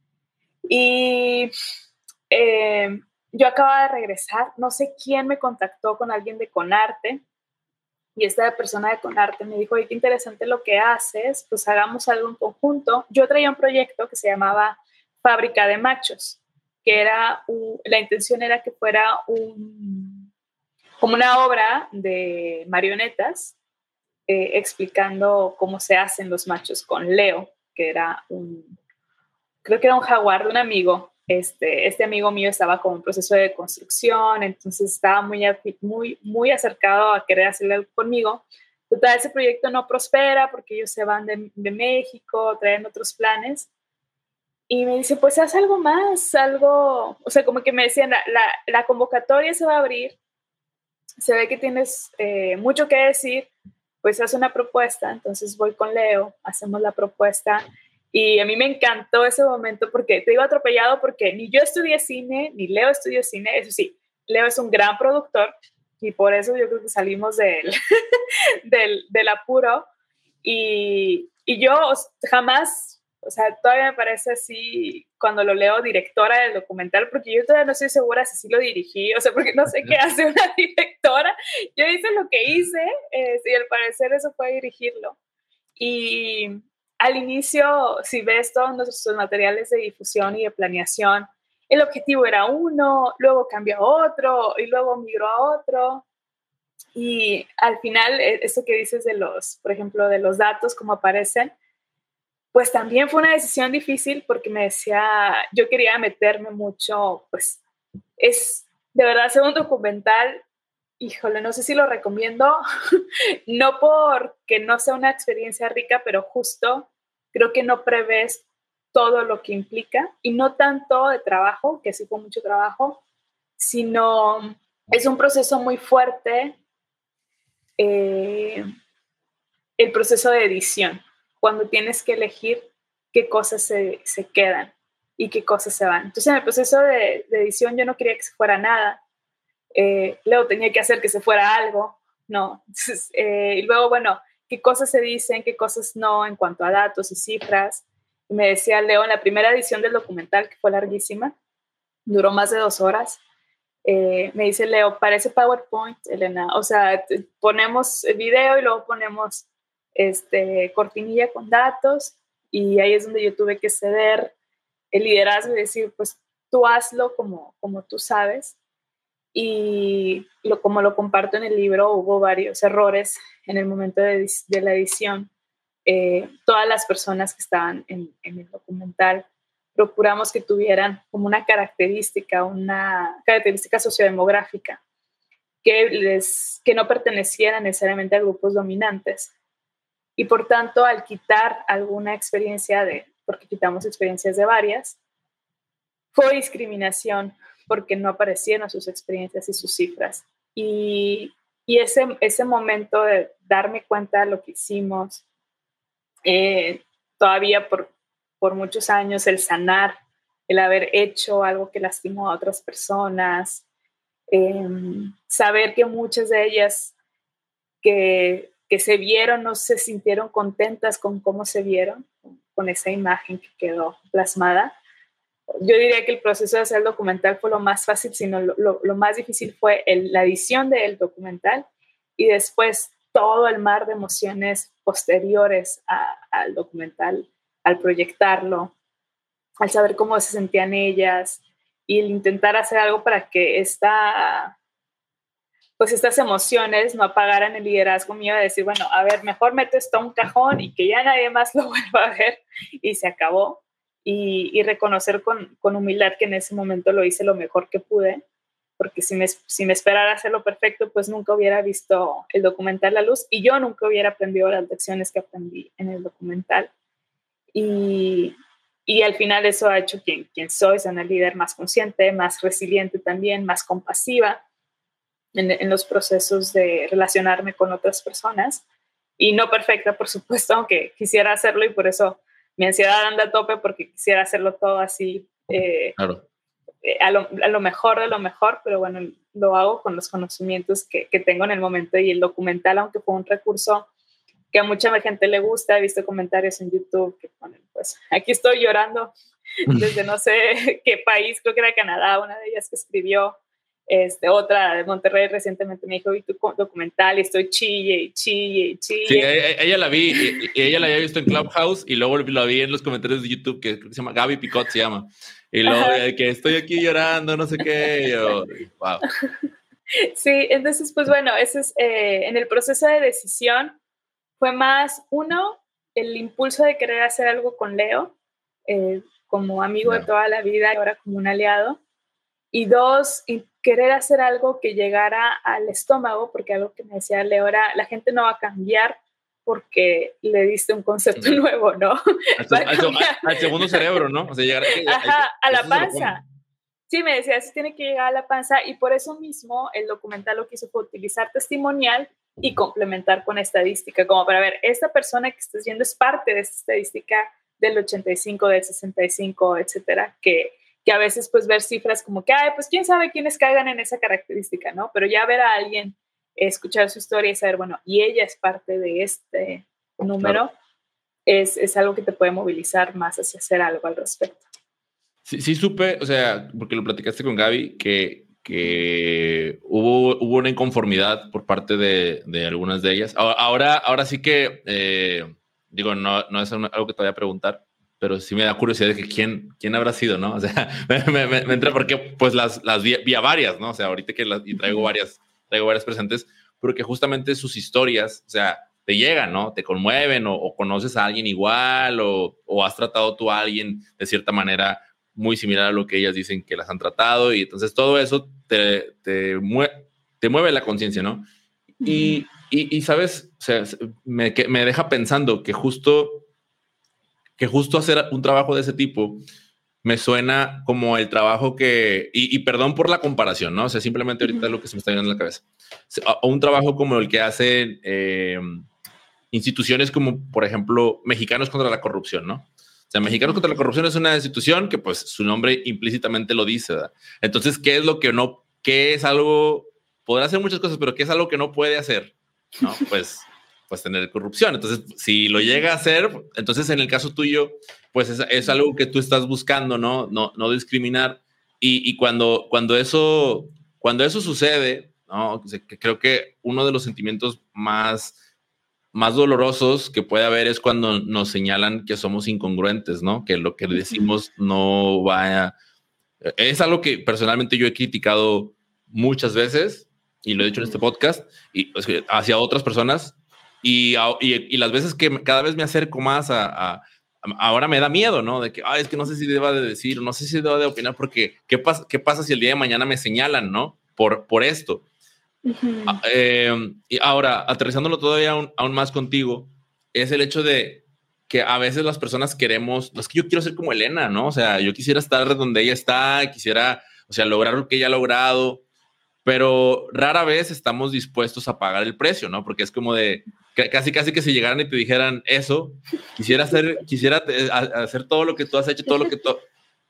Y eh, yo acababa de regresar, no sé quién me contactó con alguien de Conarte, y esta persona de Conarte me dijo, oye, qué interesante lo que haces, pues hagamos algo en conjunto. Yo traía un proyecto que se llamaba Fábrica de Machos, que era, un, la intención era que fuera un, como una obra de marionetas, Eh, explicando cómo se hacen los machos con Leo, que era un, creo que era un Jaguar de un amigo. Este, este amigo mío estaba como en proceso de construcción, entonces estaba muy, muy, muy acercado a querer hacerle algo conmigo. Total, ese proyecto no prospera porque ellos se van de, de México, traen otros planes. Y me dice, pues haz algo más, algo, o sea, como que me decían, la, la, la convocatoria se va a abrir, se ve que tienes eh, mucho que decir, pues haz una propuesta. Entonces voy con Leo, hacemos la propuesta. Y a mí me encantó ese momento porque te digo atropellado porque ni yo estudié cine, ni Leo estudió cine. Eso sí, Leo es un gran productor y por eso yo creo que salimos del, del, del apuro. Y, y yo jamás, o sea, todavía me parece así cuando lo leo directora del documental, porque yo todavía no estoy segura si sí lo dirigí, o sea, porque no sé qué hace una directora. Yo hice lo que hice eh, y al parecer eso fue dirigirlo. Y al inicio, si ves todos nuestros materiales de difusión y de planeación, el objetivo era uno, luego cambió a otro y luego migró a otro. Y al final, eso que dices de los, por ejemplo, de los datos, como aparecen, pues también fue una decisión difícil porque me decía, yo quería meterme mucho, pues es de verdad hacer un documental. Híjole, no sé si lo recomiendo, no porque no sea una experiencia rica, pero justo creo que no prevés todo lo que implica y no tanto de trabajo, que sí fue mucho trabajo, sino es un proceso muy fuerte, eh, el proceso de edición, cuando tienes que elegir qué cosas se, se quedan y qué cosas se van. Entonces en el proceso de, de edición yo no quería que se fuera nada. Eh, luego tenía que hacer que se fuera algo, ¿no? Entonces, eh, y luego, bueno, qué cosas se dicen, qué cosas no en cuanto a datos y cifras. Y me decía Leo, en la primera edición del documental, que fue larguísima, duró más de dos horas, eh, me dice Leo, parece PowerPoint, Elena, o sea, ponemos el video y luego ponemos este, cortinilla con datos y ahí es donde yo tuve que ceder el liderazgo y decir, pues tú hazlo como, como tú sabes. Y lo, como lo comparto en el libro, hubo varios errores en el momento de, de la edición. Eh, todas las personas que estaban en, en el documental procuramos que tuvieran como una característica, una característica sociodemográfica que, les, que no pertenecieran necesariamente a grupos dominantes. Y por tanto, al quitar alguna experiencia de, porque quitamos experiencias de varias, fue discriminación porque no aparecieron sus experiencias y sus cifras. Y, y ese, ese momento de darme cuenta de lo que hicimos, eh, todavía por, por muchos años, el sanar, el haber hecho algo que lastimó a otras personas, eh, saber que muchas de ellas que, que se vieron no se sintieron contentas con cómo se vieron, con esa imagen que quedó plasmada. Yo diría que el proceso de hacer el documental fue lo más fácil, sino lo, lo, lo más difícil fue el, la edición del documental y después todo el mar de emociones posteriores a, al documental, al proyectarlo, al saber cómo se sentían ellas y el intentar hacer algo para que esta, pues estas emociones no apagaran el liderazgo mío de decir, bueno, a ver, mejor meto esto a un cajón y que ya nadie más lo vuelva a ver y se acabó. Y, y reconocer con, con humildad que en ese momento lo hice lo mejor que pude, porque si me, si me esperara hacerlo perfecto, pues nunca hubiera visto el documental a la luz y yo nunca hubiera aprendido las lecciones que aprendí en el documental. Y, y al final eso ha hecho quien, quien soy, ser una líder más consciente, más resiliente también, más compasiva en, en los procesos de relacionarme con otras personas. Y no perfecta, por supuesto, aunque quisiera hacerlo y por eso mi ansiedad anda a tope porque quisiera hacerlo todo así, eh, claro. eh, a, lo, a lo mejor de lo mejor, pero bueno, lo hago con los conocimientos que, que tengo en el momento y el documental, aunque fue un recurso que a mucha gente le gusta, he visto comentarios en YouTube que ponen, pues, aquí estoy llorando desde no sé qué país, creo que era Canadá, una de ellas que escribió, Este, otra de Monterrey recientemente me dijo, vi tu documental y estoy chille y chille y chille. Sí, ella, ella la vi, y, y ella la había visto en Clubhouse y luego la vi en los comentarios de YouTube, que creo que se llama Gaby Picot, se llama. Y luego de que estoy aquí llorando, no sé qué, y yo, wow. Sí, entonces, pues bueno, ese es, eh, en el proceso de decisión fue más, uno, el impulso de querer hacer algo con Leo, eh, como amigo Claro. de toda la vida y ahora como un aliado. Y dos, querer hacer algo que llegara al estómago, porque algo que me decía Leo era, la gente no va a cambiar porque le diste un concepto Claro. nuevo, ¿no? Al, Va a al- cambiar. al segundo cerebro, ¿no? O sea, llegar que, Ajá, a la eso se lo comen. panza. Sí, me decía, eso tiene que llegar a la panza y por eso mismo el documental lo que hizo fue utilizar testimonial y complementar con estadística, como para ver, esta persona que estás viendo es parte de esta estadística del ochenta y cinco, del sesenta y cinco, etcétera, que, que a veces pues ver cifras como que, ay, pues quién sabe quiénes caigan en esa característica, ¿no? Pero ya ver a alguien, escuchar su historia y saber, bueno, y ella es parte de este número, claro. es, es algo que te puede movilizar más hacia hacer algo al respecto. Sí, sí supe, o sea, porque lo platicaste con Gaby, que, que hubo, hubo una inconformidad por parte de, de algunas de ellas. Ahora, ahora sí que, eh, digo, no, no es algo que te voy a preguntar, pero sí me da curiosidad de que quién, quién habrá sido, ¿no? O sea, me, me, me entré porque pues las, las vi, vi a varias, ¿no? O sea, ahorita que las, y traigo varias, traigo varias presentes, pero que justamente sus historias, o sea, te llegan, ¿no? Te conmueven o, o conoces a alguien igual o, o has tratado tú a alguien de cierta manera muy similar a lo que ellas dicen que las han tratado y entonces todo eso te, te, mue te mueve la conciencia, ¿no? Y, y, y, ¿sabes? O sea, me, que, me deja pensando que justo, que justo hacer un trabajo de ese tipo me suena como el trabajo que, y, y perdón por la comparación, ¿no? O sea, simplemente ahorita es lo que se me está viendo en la cabeza. O un trabajo como el que hacen eh, instituciones como, por ejemplo, Mexicanos contra la Corrupción, ¿no? O sea, Mexicanos contra la Corrupción es una institución que, pues, su nombre implícitamente lo dice, ¿verdad? Entonces, ¿qué es lo que no, qué es algo, podrá hacer muchas cosas, pero qué es algo que no puede hacer? ¿No? Pues, pues tener corrupción. Entonces, si lo llega a hacer, entonces en el caso tuyo, pues es, es algo que tú estás buscando, ¿no? No, no discriminar. Y, y cuando, cuando, eso, cuando eso sucede, ¿no? O sea, que creo que uno de los sentimientos más más dolorosos que puede haber es cuando nos señalan que somos incongruentes, ¿no? Que lo que decimos no va a... Es algo que personalmente yo he criticado muchas veces y lo he dicho en este podcast y pues, hacia otras personas y, y, y las veces que cada vez me acerco más a, a ahora me da miedo, ¿no? De que, ay, es que no sé si deba de decir, no sé si deba de opinar porque ¿qué pasa, qué pasa si el día de mañana me señalan, ¿no? Por, por esto. Uh-huh. eh, y ahora, aterrizándolo todavía aún, aún más contigo, es el hecho de que a veces las personas queremos, es que yo quiero ser como Elena, ¿no? O sea, yo quisiera estar donde ella está, quisiera, o sea, lograr lo que ella ha logrado, pero rara vez estamos dispuestos a pagar el precio, ¿no? Porque es como de, casi, casi que si llegaran y te dijeran eso, quisiera hacer, quisiera hacer todo lo que tú has hecho, todo lo que tú,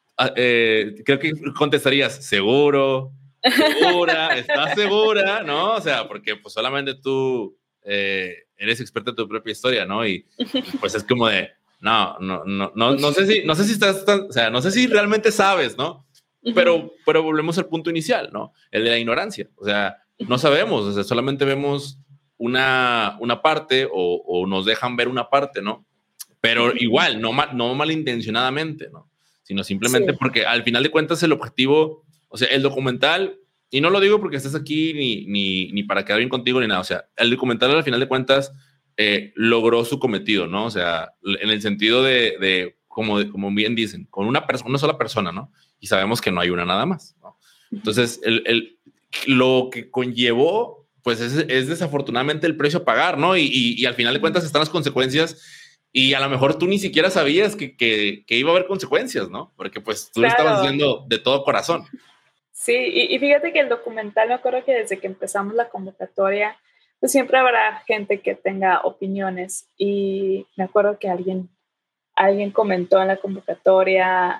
eh, creo que contestarías, seguro, segura, estás segura, ¿no? O sea, porque pues solamente tú eh, eres experta en tu propia historia, ¿no? Y, y pues es como de, no, no, no, no, no sé si, no sé si estás, tan, o sea, no sé si realmente sabes, ¿no? Pero, pero volvemos al punto inicial, ¿no? El de la ignorancia. O sea, no sabemos, o sea, solamente vemos una, una parte o, o nos dejan ver una parte, ¿no? Pero igual, no, mal, no malintencionadamente, ¿no? Sino simplemente sí. Porque al final de cuentas el objetivo, o sea, el documental, y no lo digo porque estés aquí ni, ni, ni para quedar bien contigo ni nada, o sea, el documental al final de cuentas eh, logró su cometido, ¿no? O sea, en el sentido de, de como, como bien dicen, con una, persona, una sola persona, ¿no? Y sabemos que no hay una nada más, ¿no? Entonces, el, el, lo que conllevó, pues es, es desafortunadamente el precio a pagar, ¿no? Y, y, y al final de cuentas están las consecuencias. Y a lo mejor tú ni siquiera sabías que, que, que iba a haber consecuencias, ¿no? Porque pues tú claro. Lo estabas haciendo de todo corazón. Sí, y, y fíjate que el documental, me acuerdo que desde que empezamos la convocatoria, pues siempre habrá gente que tenga opiniones. Y me acuerdo que alguien, alguien comentó en la convocatoria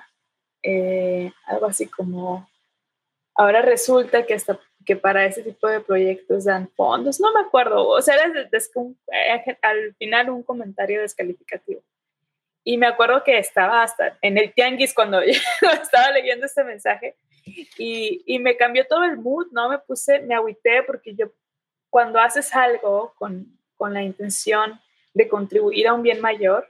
eh, algo así como, ahora resulta que hasta que para ese tipo de proyectos dan fondos, no me acuerdo, o sea, era des, un, eh, al final un comentario descalificativo. Y me acuerdo que estaba hasta en el tianguis cuando estaba leyendo este mensaje y, y me cambió todo el mood, ¿no? Me puse, me agüité porque yo, cuando haces algo con, con la intención de contribuir a un bien mayor,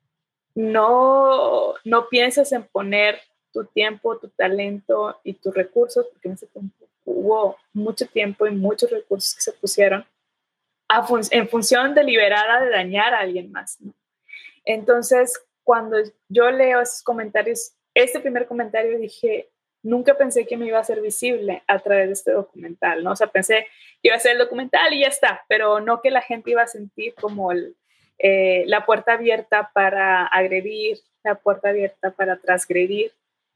no, no piensas en poner tu tiempo, tu talento y tus recursos, porque en ese tiempo hubo mucho tiempo y muchos recursos que se pusieron a fun- en función deliberada de dañar a alguien más, ¿no? Entonces, cuando yo leo esos comentarios, este primer comentario dije, nunca pensé que me iba a ser visible a través de este documental, ¿no? O sea, pensé que iba a ser el documental y ya está, pero no que la gente iba a sentir como el, eh, la puerta abierta para agredir, la puerta abierta para transgredir.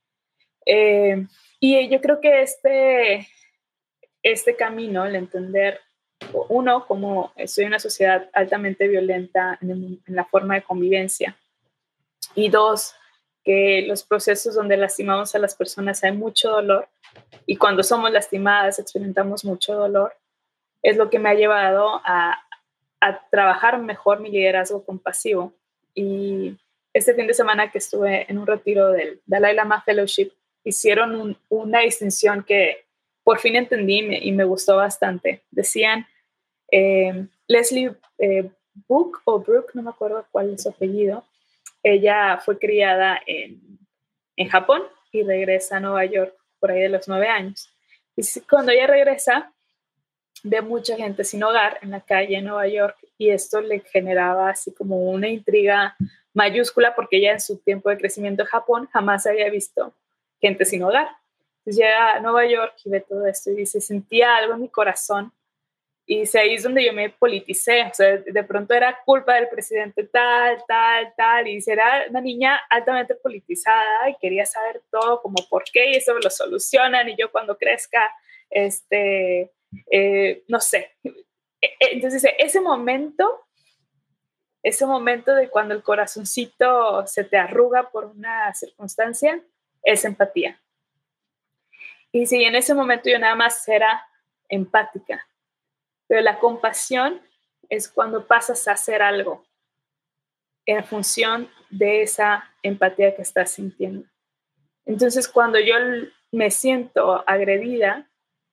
Eh, y yo creo que este, este camino, el entender, uno, como soy una sociedad altamente violenta en, el, en la forma de convivencia, y dos, que los procesos donde lastimamos a las personas hay mucho dolor, y cuando somos lastimadas experimentamos mucho dolor, es lo que me ha llevado a, a trabajar mejor mi liderazgo compasivo. Y este fin de semana que estuve en un retiro del Dalai Lama Fellowship, hicieron un, una distinción que por fin entendí y me, y me gustó bastante. Decían, eh, Leslie eh, Book o Brooke, no me acuerdo cuál es su apellido, ella fue criada en, en Japón y regresa a Nueva York por ahí de los nueve años. Y cuando ella regresa, ve mucha gente sin hogar en la calle en Nueva York, y esto le generaba así como una intriga mayúscula, porque ella en su tiempo de crecimiento en Japón jamás había visto gente sin hogar. Entonces llega a Nueva York y ve todo esto y dice, sentía algo en mi corazón. Y dice, ahí es donde yo me politicé. O sea, de pronto era culpa del presidente tal, tal, tal. Y dice, era una niña altamente politizada y quería saber todo, como por qué, y eso me lo solucionan. Y yo cuando crezca, este, eh, no sé. Entonces, ese momento, ese momento de cuando el corazoncito se te arruga por una circunstancia, es empatía. Y si en ese momento yo nada más era empática, pero la compasión es cuando pasas a hacer algo en función de esa empatía que estás sintiendo. Entonces, cuando yo me siento agredida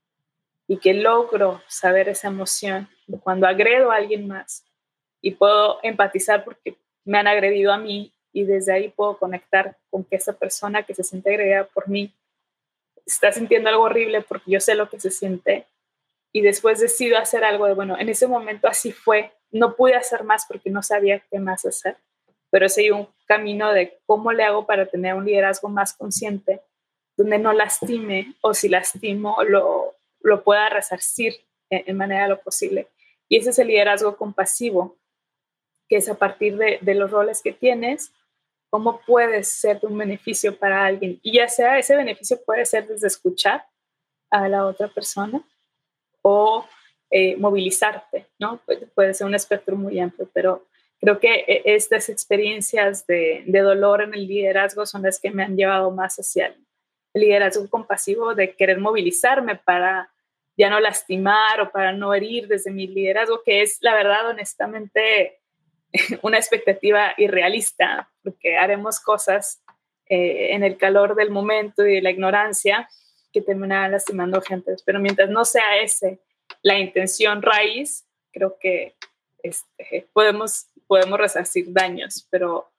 y que logro saber esa emoción, cuando agredo a alguien más y puedo empatizar porque me han agredido a mí, y desde ahí puedo conectar con que esa persona que se siente agredida por mí está sintiendo algo horrible porque yo sé lo que se siente, y después decido hacer algo de, bueno, en ese momento así fue, no pude hacer más porque no sabía qué más hacer, pero seguí un camino de cómo le hago para tener un liderazgo más consciente, donde no lastime, o si lastimo, lo, lo pueda resarcir en, en manera de lo posible. Y ese es el liderazgo compasivo, que es a partir de, de los roles que tienes, cómo puedes ser de un beneficio para alguien. Y ya sea ese beneficio puede ser desde escuchar a la otra persona o eh, movilizarte, ¿no? Pu- puede ser un espectro muy amplio, pero creo que eh, estas experiencias de, de dolor en el liderazgo son las que me han llevado más hacia el liderazgo compasivo, de querer movilizarme para ya no lastimar o para no herir desde mi liderazgo, que es, la verdad, honestamente, una expectativa irrealista, porque haremos cosas eh, en el calor del momento y de la ignorancia que terminarán lastimando gente. Pero mientras no sea ese la intención raíz, creo que este, podemos, podemos resarcir daños. Pero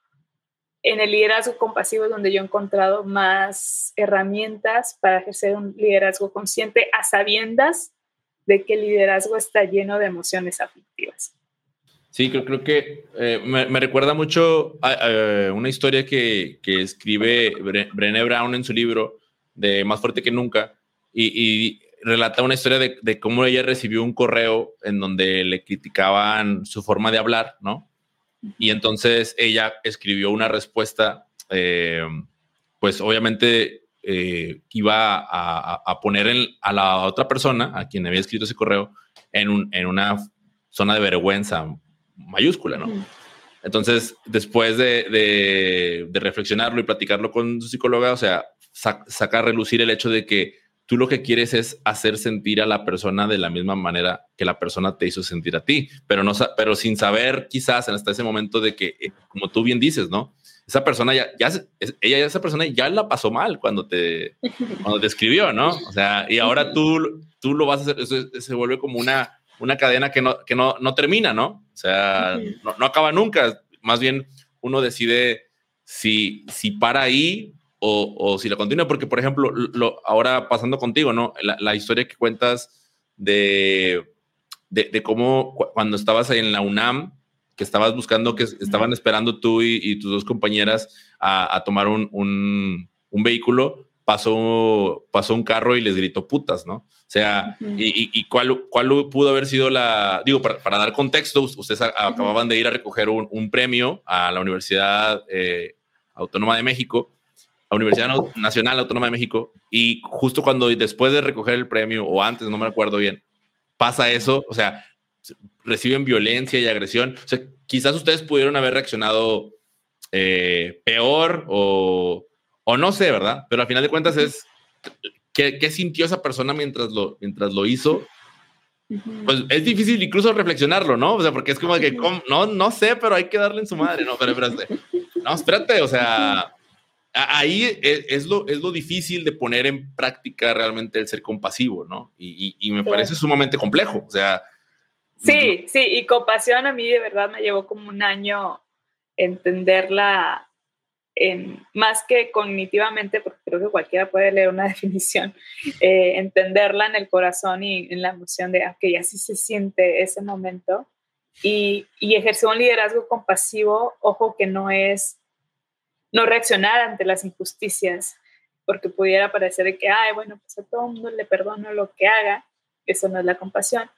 en el liderazgo compasivo es donde yo he encontrado más herramientas para ejercer un liderazgo consciente, a sabiendas de que el liderazgo está lleno de emociones aflictivas. Sí, creo, creo que eh, me, me recuerda mucho a, a una historia que, que escribe Bre- Brené Brown en su libro de Más fuerte que nunca, y, y relata una historia de, de cómo ella recibió un correo en donde le criticaban su forma de hablar, ¿no? Y entonces ella escribió una respuesta, eh, pues obviamente eh, iba a, a poner en, a la otra persona, a quien había escrito ese correo, en, un, en una zona de vergüenza mayúscula, ¿no? Uh-huh. Entonces, después de, de, de reflexionarlo y platicarlo con su psicóloga, o sea, saca saca a relucir el hecho de que tú lo que quieres es hacer sentir a la persona de la misma manera que la persona te hizo sentir a ti, pero, no, pero sin saber quizás hasta ese momento de que, como tú bien dices, ¿no? Esa persona ya, ya ella, esa persona ya la pasó mal cuando te, cuando te escribió, ¿no? O sea, y ahora tú, tú lo vas a hacer, eso se vuelve como una, una cadena que no, que no, no termina, ¿no? O sea, uh-huh. no, no acaba nunca. Más bien uno decide si, si para ahí o, o si la continúa, porque, por ejemplo, lo, ahora pasando contigo, ¿no? La, la historia que cuentas de, de, de cómo cu cuando estabas ahí en la UNAM, que estabas buscando, que estaban esperando tú y, y tus dos compañeras a, a tomar un, un, un vehículo, pasó, pasó un carro y les gritó putas, ¿no? O sea, uh-huh. y, y cuál, cuál pudo haber sido la... Digo, para, para dar contexto, ustedes uh-huh. acababan de ir a recoger un, un premio a la Universidad eh, Autónoma de México, la Universidad Nacional Autónoma de México, y justo cuando después de recoger el premio, o antes, no me acuerdo bien, pasa eso, o sea, reciben violencia y agresión. O sea, quizás ustedes pudieron haber reaccionado eh, peor o, o no sé, ¿verdad? Pero al final de cuentas es ¿qué, qué sintió esa persona mientras lo, mientras lo hizo? Pues es difícil incluso reflexionarlo, ¿no? O sea, porque es como que, ¿cómo? no, no sé, pero hay que darle en su madre, ¿no? Pero espérate, no, espérate, o sea, ahí es, es, lo, es lo difícil de poner en práctica realmente el ser compasivo, ¿no? Y, y, y me parece sumamente complejo, o sea. Sí, sí, y compasión a mí de verdad me llevó como un año entenderla en, más que cognitivamente, porque creo que cualquiera puede leer una definición, eh, entenderla en el corazón y en la emoción de, ok, así se siente ese momento, y, y ejercer un liderazgo compasivo, ojo que no es no reaccionar ante las injusticias, porque pudiera parecer que, ay, bueno, pues a todo el mundo le perdono lo que haga, eso no es la compasión.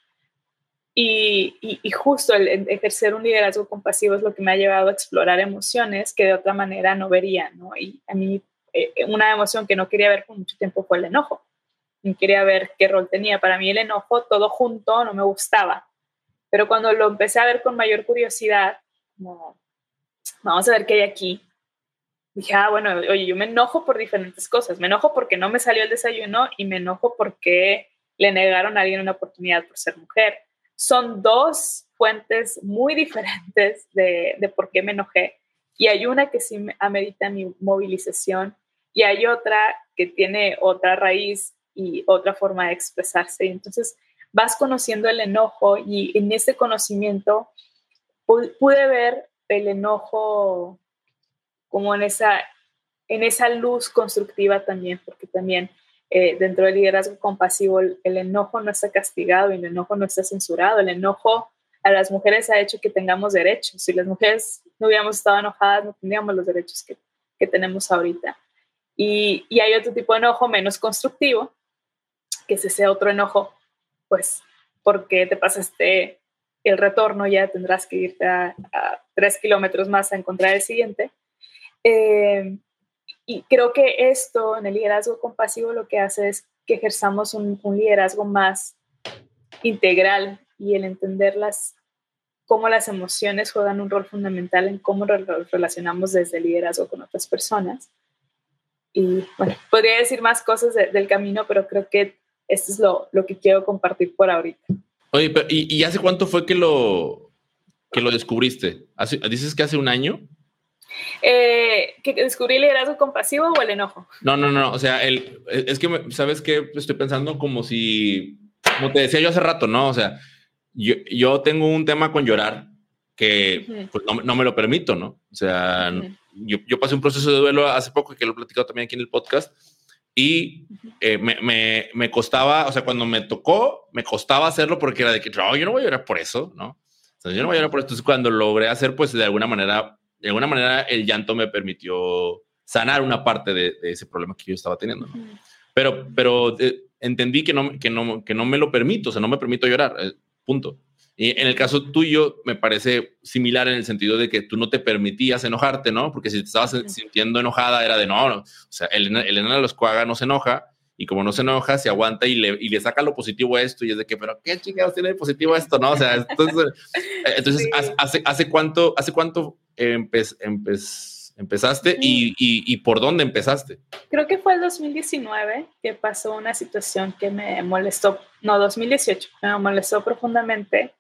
Y, y, y justo el, el ejercer un liderazgo compasivo es lo que me ha llevado a explorar emociones que de otra manera no vería, ¿no? Y a mí eh, una emoción que no quería ver por mucho tiempo fue el enojo. No quería ver qué rol tenía. Para mí el enojo todo junto no me gustaba. Pero cuando lo empecé a ver con mayor curiosidad, como, vamos a ver qué hay aquí, dije, ah, bueno, oye, yo me enojo por diferentes cosas. Me enojo porque no me salió el desayuno y me enojo porque le negaron a alguien una oportunidad por ser mujer. Son dos fuentes muy diferentes de, de por qué me enojé. Y hay una que sí amerita mi movilización y hay otra que tiene otra raíz y otra forma de expresarse. Y entonces vas conociendo el enojo y en ese conocimiento pude ver el enojo como en esa, en esa luz constructiva también, porque también Eh, dentro del liderazgo compasivo el, el enojo no está castigado y el enojo no está censurado. El enojo a las mujeres ha hecho que tengamos derechos. Si las mujeres no hubiéramos estado enojadas, no tendríamos los derechos que, que tenemos ahorita. Y, y hay otro tipo de enojo menos constructivo, que es ese otro enojo, pues, porque te pasaste el retorno, ya tendrás que irte a, a tres kilómetros más a encontrar el siguiente. Eh, Y creo que esto en el liderazgo compasivo lo que hace es que ejerzamos un, un liderazgo más integral y el entenderlas, cómo las emociones juegan un rol fundamental en cómo nos relacionamos desde el liderazgo con otras personas. Y bueno, podría decir más cosas de, del camino, pero creo que esto es lo, lo que quiero compartir por ahorita. Oye, pero ¿y, y hace cuánto fue que lo, que lo descubriste? ¿Hace, ¿Dices que hace un año? Eh, ¿Que descubrí el liderazgo compasivo o el enojo? No, no, no, o sea, el, es que, me, ¿sabes qué? Estoy pensando como si, como te decía yo hace rato, ¿no? O sea, yo, yo tengo un tema con llorar que uh-huh. pues, no, no me lo permito, ¿no? O sea, uh-huh. yo, yo pasé un proceso de duelo hace poco, que lo he platicado también aquí en el podcast, y uh-huh. eh, me, me, me costaba, o sea, cuando me tocó, me costaba hacerlo porque era de que, no, yo no voy a llorar por eso, ¿no? O sea, yo no voy a llorar por esto. Entonces, cuando lo logré hacer, pues de alguna manera... De alguna manera, el llanto me permitió sanar una parte de, de ese problema que yo estaba teniendo, ¿no? Uh-huh. Pero, pero eh, entendí que no, que, no, que no me lo permito, o sea, no me permito llorar, eh, punto. Y en el caso tuyo, me parece similar en el sentido de que tú no te permitías enojarte, ¿no? Porque si te estabas uh-huh. sintiendo enojada, era de no, no. O sea, Elena, Elena Loscuaga no se enoja, y como no se enoja, se aguanta y le, y le saca lo positivo a esto, y es de que, pero ¿qué chingados tiene de positivo esto, no? O sea, entonces, entonces sí. hace, hace cuánto, hace cuánto Empe- empe- empezaste uh-huh. y, y, y por dónde empezaste. Creo que fue el dos mil diecinueve que pasó una situación que me molestó, no, dos mil dieciocho, me molestó profundamente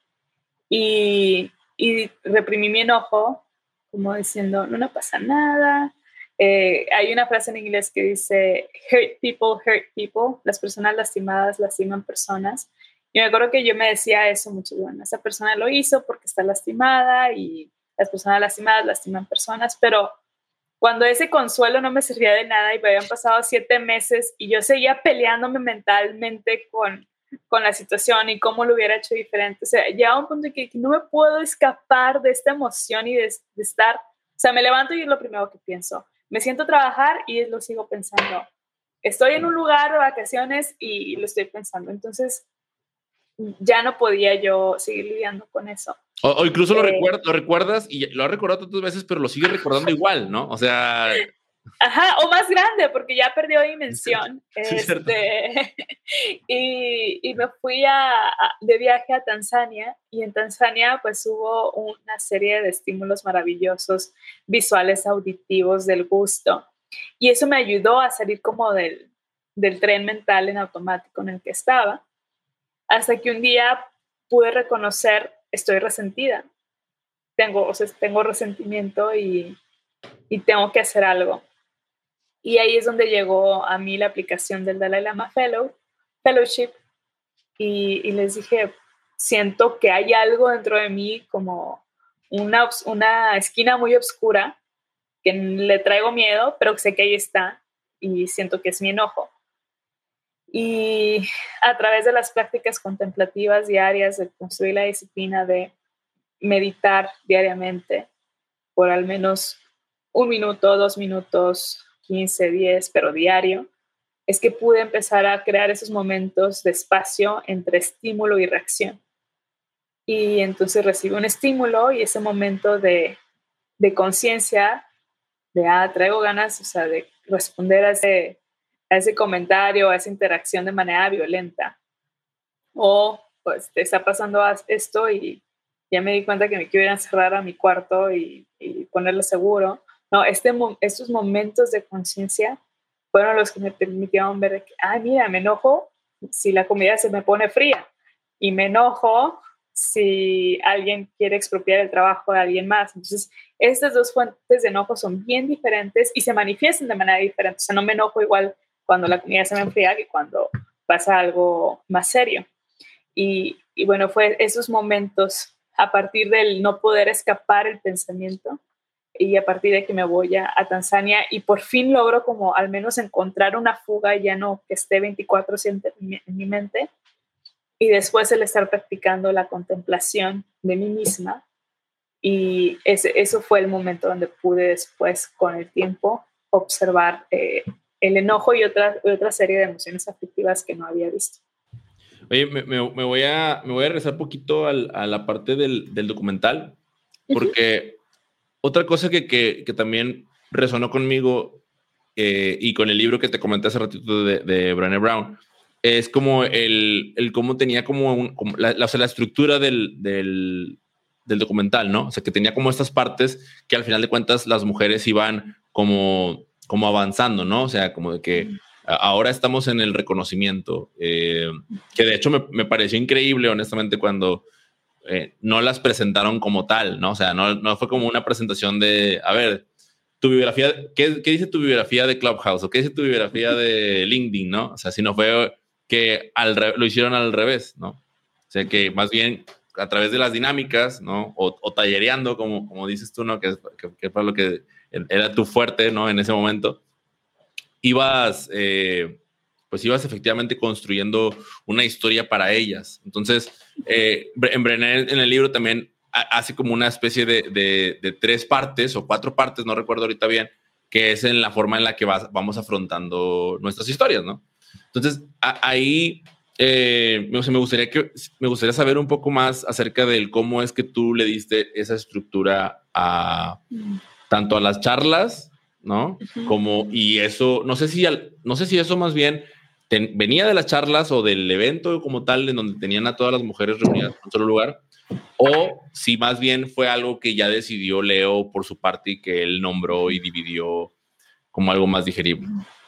y, y reprimí mi enojo como diciendo, no, no pasa nada. Eh, hay una frase en inglés que dice, hurt people, hurt people, las personas lastimadas lastiman personas. Y me acuerdo que yo me decía eso mucho, bueno, esa persona lo hizo porque está lastimada y las personas lastimadas lastiman personas, pero cuando ese consuelo no me servía de nada y me habían pasado siete meses y yo seguía peleándome mentalmente con, con la situación y cómo lo hubiera hecho diferente, o sea, llega un punto en que, que no me puedo escapar de esta emoción y de, de estar, o sea, me levanto y es lo primero que pienso, me siento a trabajar y lo sigo pensando. Estoy en un lugar de vacaciones y lo estoy pensando. Entonces, ya no podía yo seguir lidiando con eso. O, o incluso lo, eh, recuerdas, lo recuerdas y lo has recordado tantas veces, pero lo sigues recordando igual, ¿no? O sea... Ajá, o más grande, porque ya perdió dimensión. Sí, este, y, y me fui a, a, de viaje a Tanzania, y en Tanzania pues hubo una serie de estímulos maravillosos, visuales, auditivos, del gusto. Y eso me ayudó a salir como del, del tren mental en automático en el que estaba, hasta que un día pude reconocer, estoy resentida, tengo, o sea, tengo resentimiento y, y tengo que hacer algo. Y ahí es donde llegó a mí la aplicación del Dalai Lama Fellow, Fellowship, y, y les dije, siento que hay algo dentro de mí como una, una esquina muy oscura que le traigo miedo, pero sé que ahí está y siento que es mi enojo. Y a través de las prácticas contemplativas diarias, de construir la disciplina de meditar diariamente por al menos un minuto, dos minutos, quince, diez, pero diario, es que pude empezar a crear esos momentos de espacio entre estímulo y reacción. Y entonces recibo un estímulo y ese momento de, de conciencia, de, ah, traigo ganas, o sea, de responder a ese, a ese comentario, a esa interacción de manera violenta. O, pues, te está pasando esto y ya me di cuenta que me quiero ir a encerrar a mi cuarto y, y ponerlo seguro. No, este, estos momentos de conciencia fueron los que me permitieron ver que, ah, mira, me enojo si la comida se me pone fría y me enojo si alguien quiere expropiar el trabajo de alguien más. Entonces, estas dos fuentes de enojo son bien diferentes y se manifiestan de manera diferente. O sea, no me enojo igual cuando la comida se me enfría que cuando pasa algo más serio. Y, y bueno, fue esos momentos a partir del no poder escapar el pensamiento y a partir de que me voy a, a Tanzania y por fin logro como al menos encontrar una fuga, ya no que esté veinticuatro siete en mi, en mi mente, y después el estar practicando la contemplación de mí misma, y ese, eso fue el momento donde pude después con el tiempo observar eh, el enojo y otra, otra serie de emociones aflictivas que no había visto. Oye, me, me, me, voy, a, me voy a regresar un poquito al, a la parte del, del documental, porque uh-huh. otra cosa que, que, que también resonó conmigo eh, y con el libro que te comenté hace ratito de, de Brené Brown, es como el, el cómo tenía como, un, como la, la, o sea, la estructura del, del, del documental, ¿no? O sea, que tenía como estas partes que al final de cuentas las mujeres iban como, como avanzando, ¿no? O sea, como de que... Uh-huh. Ahora estamos en el reconocimiento, eh, que de hecho me, me pareció increíble, honestamente, cuando eh, no las presentaron como tal, ¿no? O sea, no, no fue como una presentación de, a ver, tu biografía, ¿qué, ¿qué dice tu biografía de Clubhouse? ¿O qué dice tu biografía de LinkedIn, no? O sea, sino fue que al re, lo hicieron al revés, ¿no? O sea, que más bien a través de las dinámicas, ¿no? O, o tallereando, como, como dices tú, ¿no? Que es, que, que es para lo que era tu fuerte, ¿no? En ese momento. Ibas, eh, pues ibas efectivamente construyendo una historia para ellas. Entonces, eh, en Brené, en el libro también hace como una especie de, de, de tres partes o cuatro partes, no recuerdo ahorita bien, que es en la forma en la que vas, vamos afrontando nuestras historias, ¿no? Entonces, a, ahí eh, me, me, gustaría que, me gustaría saber un poco más acerca de cómo es que tú le diste esa estructura a tanto a las charlas, ¿no? Uh-huh. Como, y eso, no sé si, al, no sé si eso más bien ten, venía de las charlas o del evento como tal, en donde tenían a todas las mujeres reunidas en un solo lugar, o si más bien fue algo que ya decidió Leo por su parte y que él nombró y dividió como algo más digerible.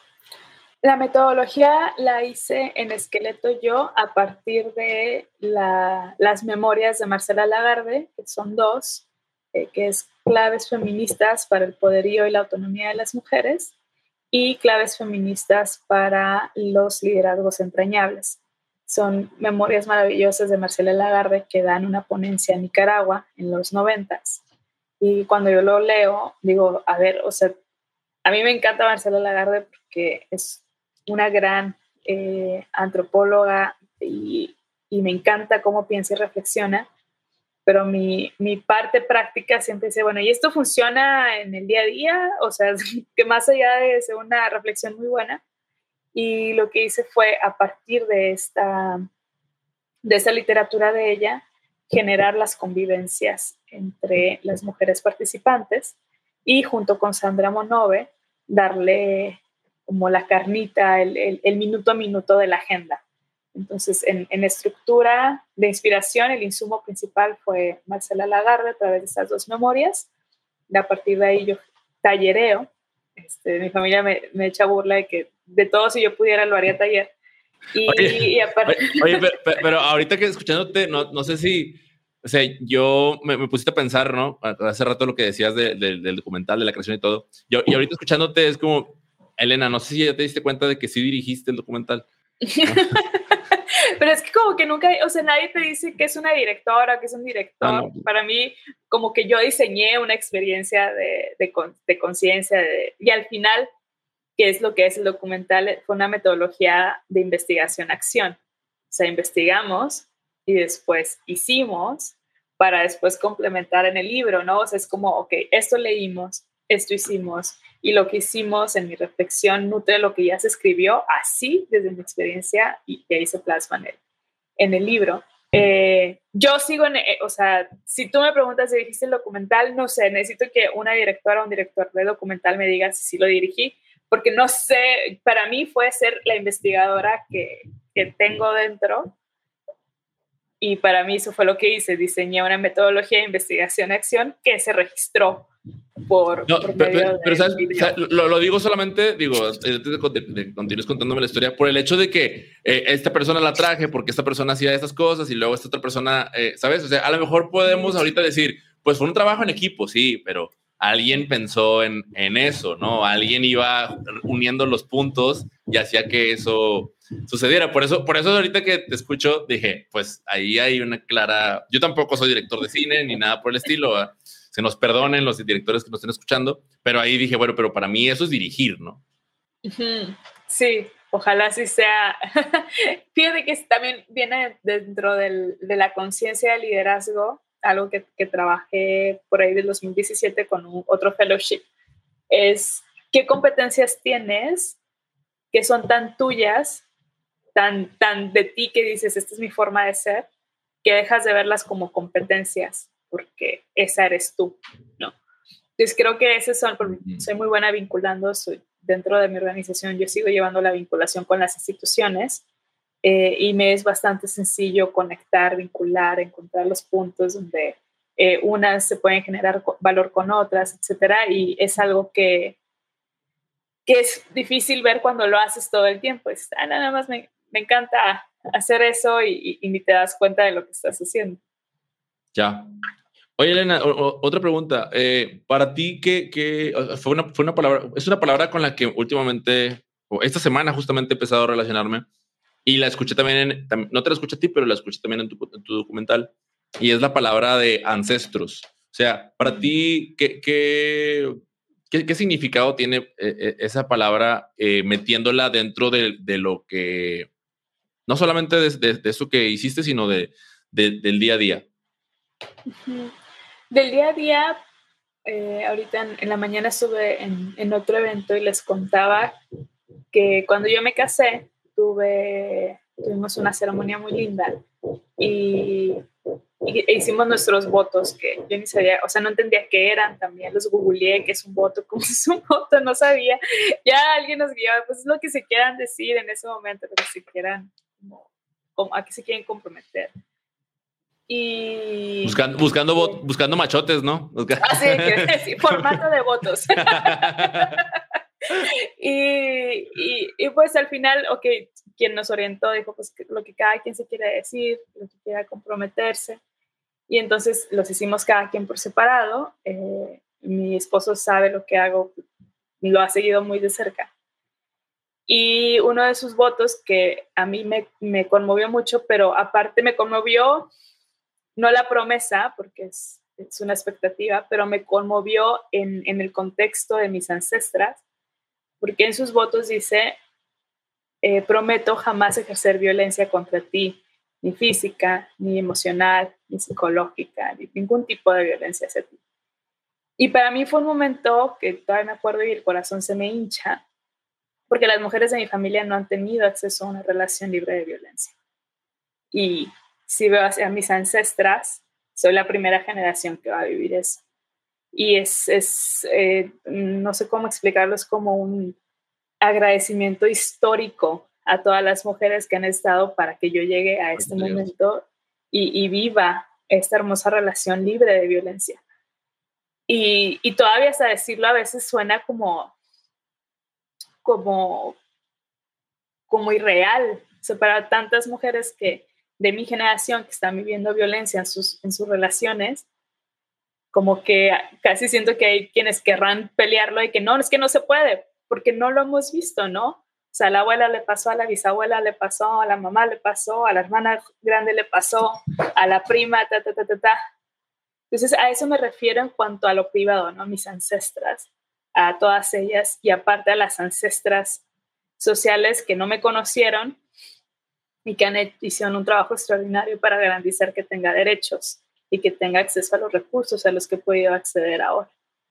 La metodología la hice en Esqueleto yo a partir de la, las memorias de Marcela Lagarde, que son dos, eh, que es Claves feministas para el poderío y la autonomía de las mujeres y Claves feministas para los liderazgos entrañables. Son memorias maravillosas de Marcela Lagarde que dan una ponencia en Nicaragua en los noventas. Y cuando yo lo leo, digo, a ver, o sea, a mí me encanta Marcela Lagarde porque es una gran eh, antropóloga y, y me encanta cómo piensa y reflexiona. pero mi, mi parte práctica siempre dice, bueno, ¿y esto funciona en el día a día? O sea, que más allá de ser una reflexión muy buena. Y lo que hice fue, a partir de esta, de esta literatura de ella, generar las convivencias entre las mujeres participantes y junto con Sandra Monove, darle como la carnita, el, el, el minuto a minuto de la agenda. Entonces, en, en estructura de inspiración, el insumo principal fue Marcela Lagarde a través de estas dos memorias. Y a partir de ahí yo tallereo. Este, mi familia me, me echa burla de que de todo, si yo pudiera, lo haría taller. Y, oye, y aparte... oye pero, pero ahorita que escuchándote, no, no sé si, o sea, yo me, me pusiste a pensar, ¿no? Hace rato lo que decías de, de, del documental, de la creación y todo. Yo, y ahorita escuchándote es como, Elena, no sé si ya te diste cuenta de que sí dirigiste el documental. Pero es que como que nunca, o sea, nadie te dice que es una directora, que es un director. Ah, no. Para mí, como que yo diseñé una experiencia de, de, de conciencia y al final, ¿qué es lo que es el documental? Fue una metodología de investigación-acción. O sea, investigamos y después hicimos para después complementar en el libro, ¿no? O sea, es como, ok, esto leímos, esto hicimos, y lo que hicimos en mi reflexión nutre lo que ya se escribió así desde mi experiencia y que ahí se plasma en el, en el libro. Eh, yo sigo, en, eh, o sea, si tú me preguntas si dirigiste el documental, no sé, necesito que una directora o un director de documental me diga si sí lo dirigí, porque no sé, para mí fue ser la investigadora que, que tengo dentro. Y para mí eso fue lo que hice, diseñé una metodología de investigación-acción que se registró por, no, por pero, medio pero ¿sabes? video. O sea, lo, lo digo solamente, digo, antes de, de, de continúes contándome la historia, por el hecho de que eh, esta persona la traje porque esta persona hacía estas cosas y luego esta otra persona, eh, ¿sabes? O sea, a lo mejor podemos ahorita decir, pues fue un trabajo en equipo, sí, pero alguien pensó en, en eso, ¿no? Alguien iba uniendo los puntos y hacía que eso sucediera. Por eso, por eso ahorita que te escucho, dije, pues ahí hay una clara... Yo tampoco soy director de cine ni nada por el estilo, ¿eh? Se nos perdonen los directores que nos estén escuchando, pero ahí dije, bueno, pero para mí eso es dirigir, ¿no? Sí, ojalá así sea. Fíjate que también viene dentro del, de la conciencia de liderazgo, algo que, que trabajé por ahí del dos mil diecisiete con un, otro fellowship, es qué competencias tienes que son tan tuyas, tan, tan de ti que dices, esta es mi forma de ser, que dejas de verlas como competencias, porque esa eres tú, ¿no? Entonces creo que esos son, soy muy buena vinculando, soy, dentro de mi organización yo sigo llevando la vinculación con las instituciones eh, y me es bastante sencillo conectar, vincular, encontrar los puntos donde eh, unas se pueden generar valor con otras, etcétera, y es algo que, que es difícil ver cuando lo haces todo el tiempo. Es, ah, nada más me, me encanta hacer eso y, y, y ni te das cuenta de lo que estás haciendo. Ya. Oye, Elena, o, o, otra pregunta. Eh, para ti, ¿qué, qué fue, una, fue una palabra? Es una palabra con la que últimamente, o esta semana justamente he empezado a relacionarme y la escuché también, en, tam, no te la escuché a ti, pero la escuché también en tu, en tu documental, y es la palabra de ancestros. O sea, para ti, ¿qué, qué, qué, qué significado tiene eh, esa palabra eh, metiéndola dentro de, de lo que, no solamente de, de, de eso que hiciste, sino de, de, del día a día? Uh-huh. Del día a día, eh, ahorita en, en la mañana estuve en, en otro evento y les contaba que cuando yo me casé, tuve, tuvimos una ceremonia muy linda y, y e hicimos nuestros votos, que yo ni sabía, o sea, no entendía qué eran, también los googleé, qué es un voto, cómo es un voto, no sabía. Ya alguien nos guiaba, pues es lo que se quieran decir en ese momento, lo que se quieran, como, como, a qué se quieren comprometer. Y buscando, buscando, sí. buscando machotes, ¿no? Ah, sí, que, sí, formato de votos. y, y, y pues al final, ok, quien nos orientó dijo pues lo que cada quien se quiere decir, lo que quiera comprometerse. Y entonces los hicimos cada quien por separado. Eh, mi esposo sabe lo que hago, lo ha seguido muy de cerca. Y uno de sus votos que a mí me, me conmovió mucho, pero aparte me conmovió no la promesa, porque es, es una expectativa, pero me conmovió en, en el contexto de mis ancestras, porque en sus votos dice, eh, prometo jamás ejercer violencia contra ti, ni física, ni emocional, ni psicológica, ni ningún tipo de violencia hacia ti. Y para mí fue un momento que todavía me acuerdo y el corazón se me hincha, porque las mujeres de mi familia no han tenido acceso a una relación libre de violencia. Y si veo hacia mis ancestras, soy la primera generación que va a vivir eso. Y es, es eh, no sé cómo explicarlo, es como un agradecimiento histórico a todas las mujeres que han estado para que yo llegue a este Dios. momento y, y viva esta hermosa relación libre de violencia. Y, y todavía hasta decirlo a veces suena como, como, como irreal. O sea, para tantas mujeres que, de mi generación que están viviendo violencia en sus, en sus relaciones, como que casi siento que hay quienes querrán pelearlo y que no, es que no se puede, porque no lo hemos visto, ¿no? O sea, a la abuela le pasó, a la bisabuela le pasó, a la mamá le pasó, a la hermana grande le pasó, a la prima, ta, ta, ta, ta, ta. Entonces, a eso me refiero en cuanto a lo privado, ¿no? Mis ancestras, a todas ellas, y aparte a las ancestras sociales que no me conocieron y que han hecho, hicieron un trabajo extraordinario para garantizar que tenga derechos y que tenga acceso a los recursos a los que he podido acceder ahora.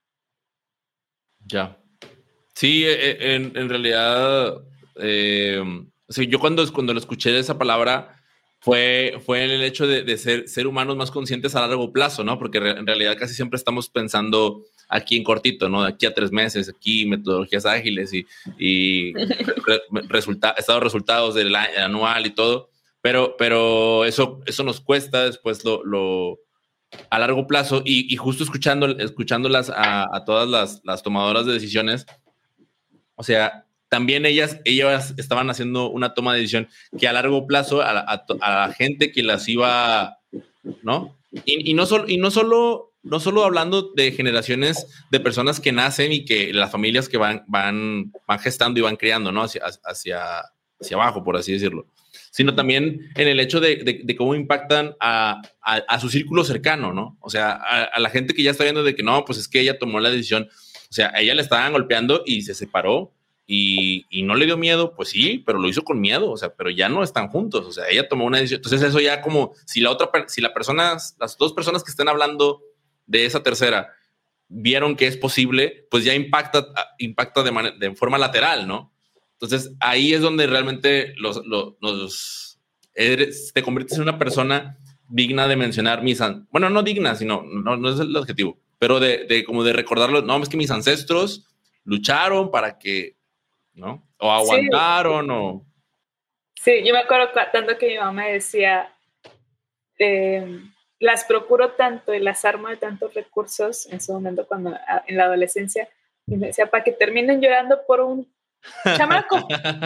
Ya. Sí, en, en realidad, eh, o sea, yo cuando, cuando lo escuché esa palabra fue, fue el hecho de, de ser, ser humanos más conscientes a largo plazo, ¿no? Porque re, en realidad casi siempre estamos pensando aquí en cortito, ¿no? De aquí a tres meses, aquí metodologías ágiles y, y re, resulta, estados resultados del anual y todo, pero, pero eso, eso nos cuesta después lo... lo a largo plazo y, y justo escuchando, escuchándolas a, a todas las, las tomadoras de decisiones, o sea, también ellas, ellas estaban haciendo una toma de decisión que a largo plazo a, a, a la gente que las iba, ¿no? Y, y, no solo, y no, solo, no solo hablando de generaciones de personas que nacen y que las familias que van, van, van gestando y van criando, ¿no? Hacia, hacia, hacia abajo, por así decirlo, sino también en el hecho de, de, de cómo impactan a, a, a su círculo cercano, ¿no? O sea, a, a la gente que ya está viendo de que no, pues es que ella tomó la decisión, o sea, a ella le estaban golpeando y se separó y, y no le dio miedo, pues sí, pero lo hizo con miedo, o sea, pero ya no están juntos, o sea, ella tomó una decisión. Entonces eso ya como, si la otra, si la persona, las dos personas que estén hablando de esa tercera vieron que es posible, pues ya impacta, impacta de, manera, de forma lateral, ¿no? Entonces, ahí es donde realmente los, los, los eres, te conviertes en una persona digna de mencionar mis... Bueno, no digna, sino... No, no es el objetivo, pero de, de como de recordarlo. No, es que mis ancestros lucharon para que... ¿no? O aguantaron, sí. o... Sí, yo me acuerdo tanto que mi mamá me decía... Eh, las procuro tanto y las armo de tantos recursos en su momento cuando en la adolescencia. Y me decía, para que terminen llorando por un chamaco.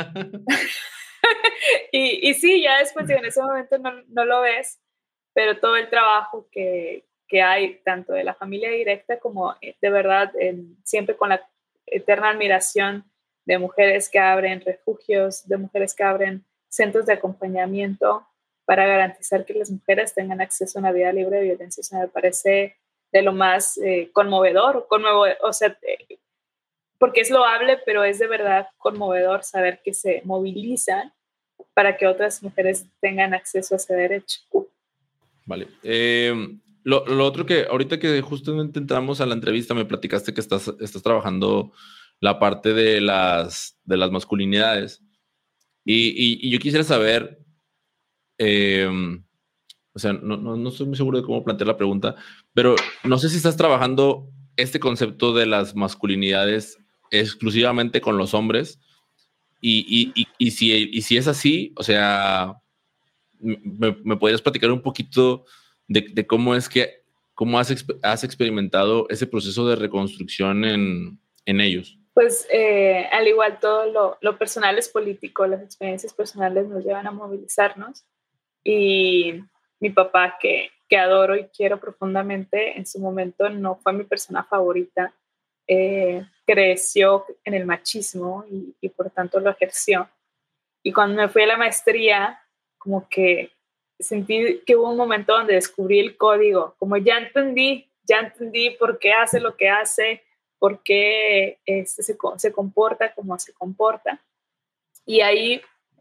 y, y sí, ya después en ese momento no, no lo ves, pero todo el trabajo que, que hay, tanto de la familia directa como de verdad, en, siempre con la eterna admiración de mujeres que abren refugios, de mujeres que abren centros de acompañamiento para garantizar que las mujeres tengan acceso a una vida libre de violencia. O sea, me parece de lo más eh, conmovedor, conmovedor, o sea, eh, porque es loable, pero es de verdad conmovedor saber que se movilizan para que otras mujeres tengan acceso a ese derecho. Vale. Eh, lo, lo otro que ahorita que justamente entramos a la entrevista me platicaste que estás, estás trabajando la parte de las, de las masculinidades y, y, y yo quisiera saber, eh, o sea, no, no, no estoy muy seguro de cómo plantear la pregunta, pero no sé si estás trabajando este concepto de las masculinidades exclusivamente con los hombres y, y, y, y, si, y si es así, o sea, me, me podrías platicar un poquito de, de cómo es que, cómo has, has experimentado ese proceso de reconstrucción en, en ellos. Pues eh, al igual todo lo, lo personal es político, las experiencias personales nos llevan a movilizarnos y mi papá que, que adoro y quiero profundamente, en su momento no fue mi persona favorita, eh, creció en el machismo y, y por tanto lo ejerció. Y cuando me fui a la maestría, como que sentí que hubo un momento donde descubrí el código, como ya entendí, ya entendí por qué hace lo que hace, por qué este, se, se comporta como se comporta. Y ahí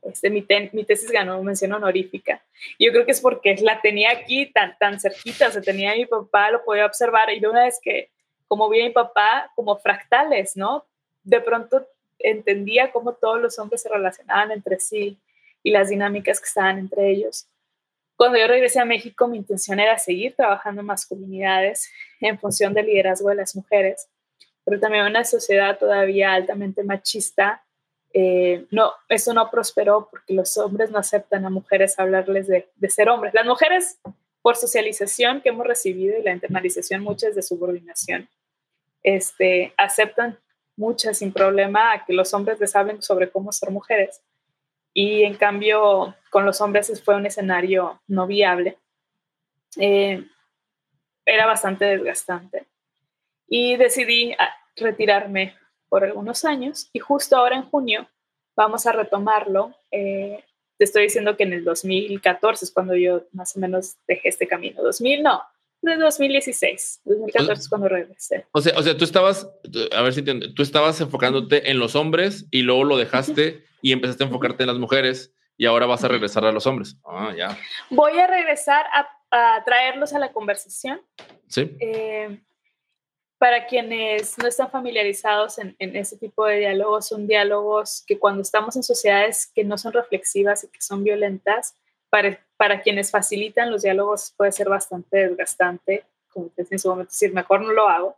Este, mi, ten, mi tesis ganó mención honorífica. Yo creo que es porque la tenía aquí tan, tan cerquita, o sea, tenía a mi papá, lo podía observar, y de una vez que, como vi a mi papá, como fractales, ¿no? De pronto entendía cómo todos los hombres se relacionaban entre sí y las dinámicas que estaban entre ellos. Cuando yo regresé a México, mi intención era seguir trabajando en masculinidades en función del liderazgo de las mujeres, pero también una sociedad todavía altamente machista. Eh, no, eso no prosperó porque los hombres no aceptan a mujeres hablarles de, de ser hombres. Las mujeres, por socialización que hemos recibido y la internalización muchas de subordinación, este, aceptan muchas sin problema a que los hombres les hablen sobre cómo ser mujeres. Y en cambio, con los hombres fue un escenario no viable. Eh, era bastante desgastante. Y decidí retirarme por algunos años, y justo ahora en junio vamos a retomarlo. Eh, te estoy diciendo que en el dos mil catorce es cuando yo más o menos dejé este camino. dos mil, no, de dos mil dieciséis. dos mil catorce es cuando regresé. O sea, o sea, tú estabas, a ver si entiendo, tú estabas enfocándote en los hombres y luego lo dejaste y empezaste a enfocarte en las mujeres y ahora vas a regresar a los hombres. Ah, ya. Voy a regresar a, a traerlos a la conversación. Sí. Eh, Para quienes no están familiarizados en, en ese tipo de diálogos, son diálogos que cuando estamos en sociedades que no son reflexivas y que son violentas, para, para quienes facilitan los diálogos puede ser bastante desgastante, como te decía en su momento, decir, mejor no lo hago.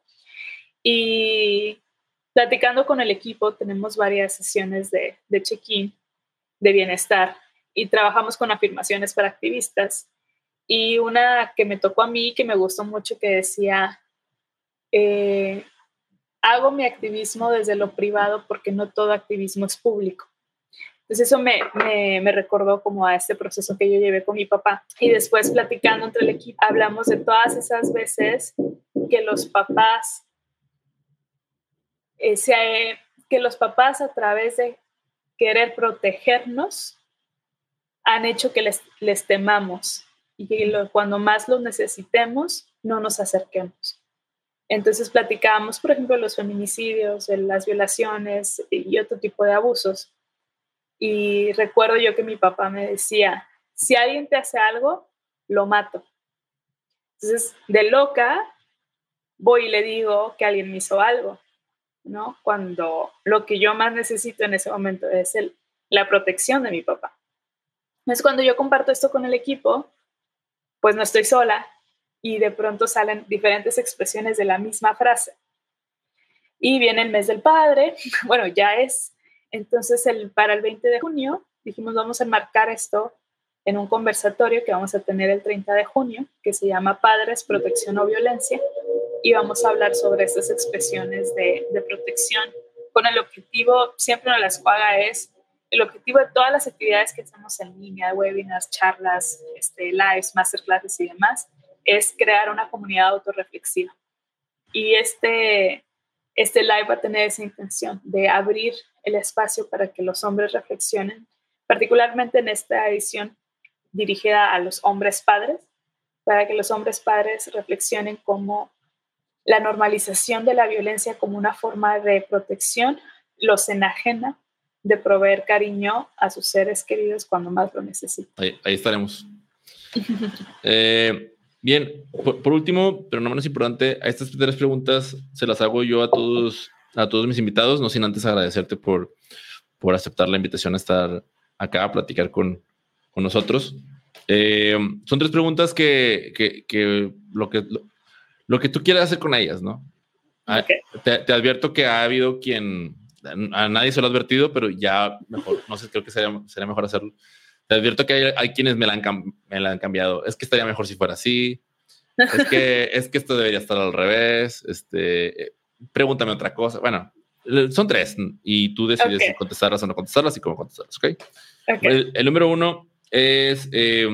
Y platicando con el equipo, tenemos varias sesiones de, de check-in, de bienestar, y trabajamos con afirmaciones para activistas. Y una que me tocó a mí, que me gustó mucho, que decía... Eh, hago mi activismo desde lo privado porque no todo activismo es público. Entonces eso me, me, me recordó como a este proceso que yo llevé con mi papá. Y después, platicando entre el equipo, hablamos de todas esas veces que los papás eh, se, que los papás a través de querer protegernos han hecho que les, les temamos y que lo, cuando más los necesitemos no nos acerquemos. Entonces platicábamos, por ejemplo, de los feminicidios, de las violaciones y otro tipo de abusos. Y recuerdo yo que mi papá me decía, si alguien te hace algo, lo mato. Entonces, de loca, voy y le digo que alguien me hizo algo, ¿no? Cuando lo que yo más necesito en ese momento es el, la protección de mi papá. Entonces, cuando yo comparto esto con el equipo, pues no estoy sola, y de pronto salen diferentes expresiones de la misma frase. Y viene el mes del padre, bueno, ya es. Entonces, el, para el veinte de junio, dijimos, vamos a enmarcar esto en un conversatorio que vamos a tener el treinta de junio, que se llama Padres, Protección o Violencia, y vamos a hablar sobre estas expresiones de, de protección, con el objetivo, siempre en la escuadra es, el objetivo de todas las actividades que hacemos en línea, webinars, charlas, este, lives, masterclasses y demás, es crear una comunidad autorreflexiva. Y este, este live va a tener esa intención de abrir el espacio para que los hombres reflexionen, particularmente en esta edición dirigida a los hombres padres, para que los hombres padres reflexionen cómo la normalización de la violencia como una forma de protección los enajena de proveer cariño a sus seres queridos cuando más lo necesitan. Ahí, ahí estaremos. eh, Bien, por, por último, pero no menos importante, a estas tres preguntas se las hago yo a todos, a todos mis invitados, no sin antes agradecerte por, por aceptar la invitación a estar acá a platicar con, con nosotros. Eh, son tres preguntas que, que, que, lo que lo, lo que tú quieras hacer con ellas, ¿no? Okay. Te, te advierto que ha habido quien, a nadie se lo ha advertido, pero ya mejor, no sé, creo que sería, sería mejor hacerlo. Te advierto que hay, hay quienes me la, han, me la han cambiado. Es que estaría mejor si fuera así. Es que, es que esto debería estar al revés. Este, pregúntame otra cosa. Bueno, son tres y tú decides okay. si contestarlas o no contestarlas y cómo contestarlas. ¿Okay? Okay. El, el número uno es eh,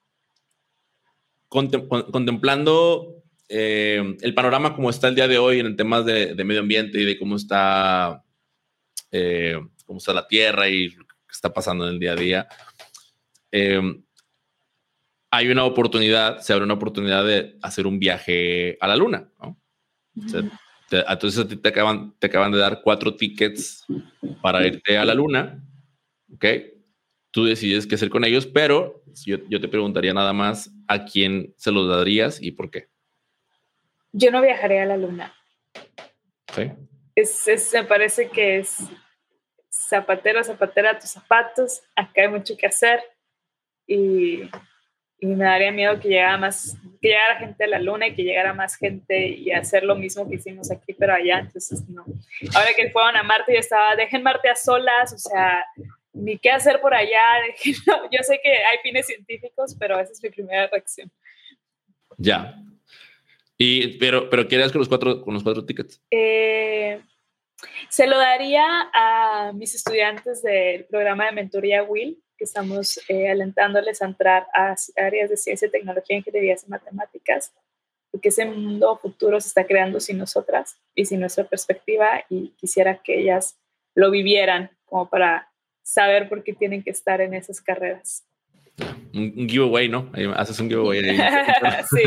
contem contemplando eh, el panorama como está el día de hoy en temas de, de medio ambiente y de cómo está, eh, cómo está la tierra y lo que está pasando en el día a día. Eh, hay una oportunidad, se abre una oportunidad de hacer un viaje a la luna, ¿no? Uh-huh. O sea, te, entonces a ti te acaban, te acaban de dar cuatro tickets para irte a la luna, ¿ok? tú decides qué hacer con ellos, pero yo, yo te preguntaría nada más a quién se los darías y por qué. Yo no viajaría a la luna. ¿Sí? Es, es, me parece que es zapatero, zapatera, tus zapatos. Acá hay mucho que hacer y, y me daría miedo que llegara más, que llegara gente a la luna y que llegara más gente y hacer lo mismo que hicimos aquí, pero allá. Entonces, no. Ahora que fueron a Marte, yo estaba, dejen Marte a solas, o sea, ni qué hacer por allá. Déjenlo. Yo sé que hay fines científicos, pero esa es mi primera reacción. Ya. Y, pero, pero ¿qué harías con los cuatro, con los cuatro tickets? Eh, se lo daría a mis estudiantes del programa de mentoría Will, que estamos eh, alentándoles a entrar a áreas de ciencia, tecnología, ingenierías y matemáticas, porque ese mundo futuro se está creando sin nosotras y sin nuestra perspectiva, y quisiera que ellas lo vivieran como para saber por qué tienen que estar en esas carreras. Un, un giveaway, ¿no? Ahí haces un giveaway ahí. Sí.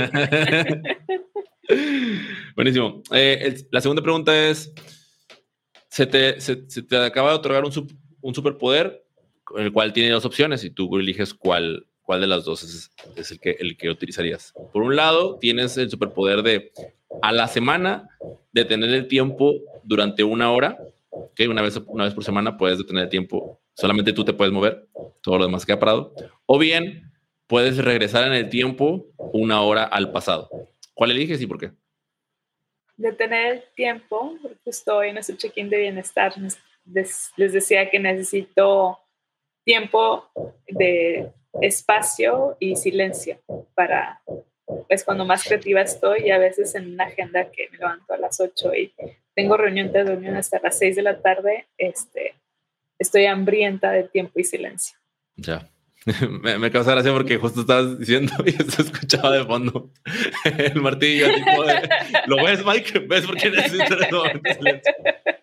Buenísimo. Eh, el, la segunda pregunta es, ¿se te, se, se te acaba de otorgar un, sub, un superpoder, el cual tiene dos opciones y tú eliges cuál, cuál de las dos es, es el, que, el que utilizarías? Por un lado, tienes el superpoder de a la semana detener el tiempo durante una hora, ¿okay? Una vez, una vez por semana puedes detener el tiempo, solamente tú te puedes mover, todo lo demás queda parado. O bien, puedes regresar en el tiempo una hora al pasado. ¿Cuál eliges y por qué? Detener el tiempo, porque estoy en ese check-in de bienestar. Les, les decía que necesito tiempo de espacio y silencio para, pues, cuando más creativa estoy, y a veces en una agenda que me levanto a las ocho y tengo reunión de reunión hasta las seis de la tarde, este, estoy hambrienta de tiempo y silencio. Ya. me, me causa gracia porque justo estabas diciendo y se escuchaba de fondo el martillo. Tipo de, ¿lo ves, Mike? ¿Ves por qué necesito ese momento de silencio?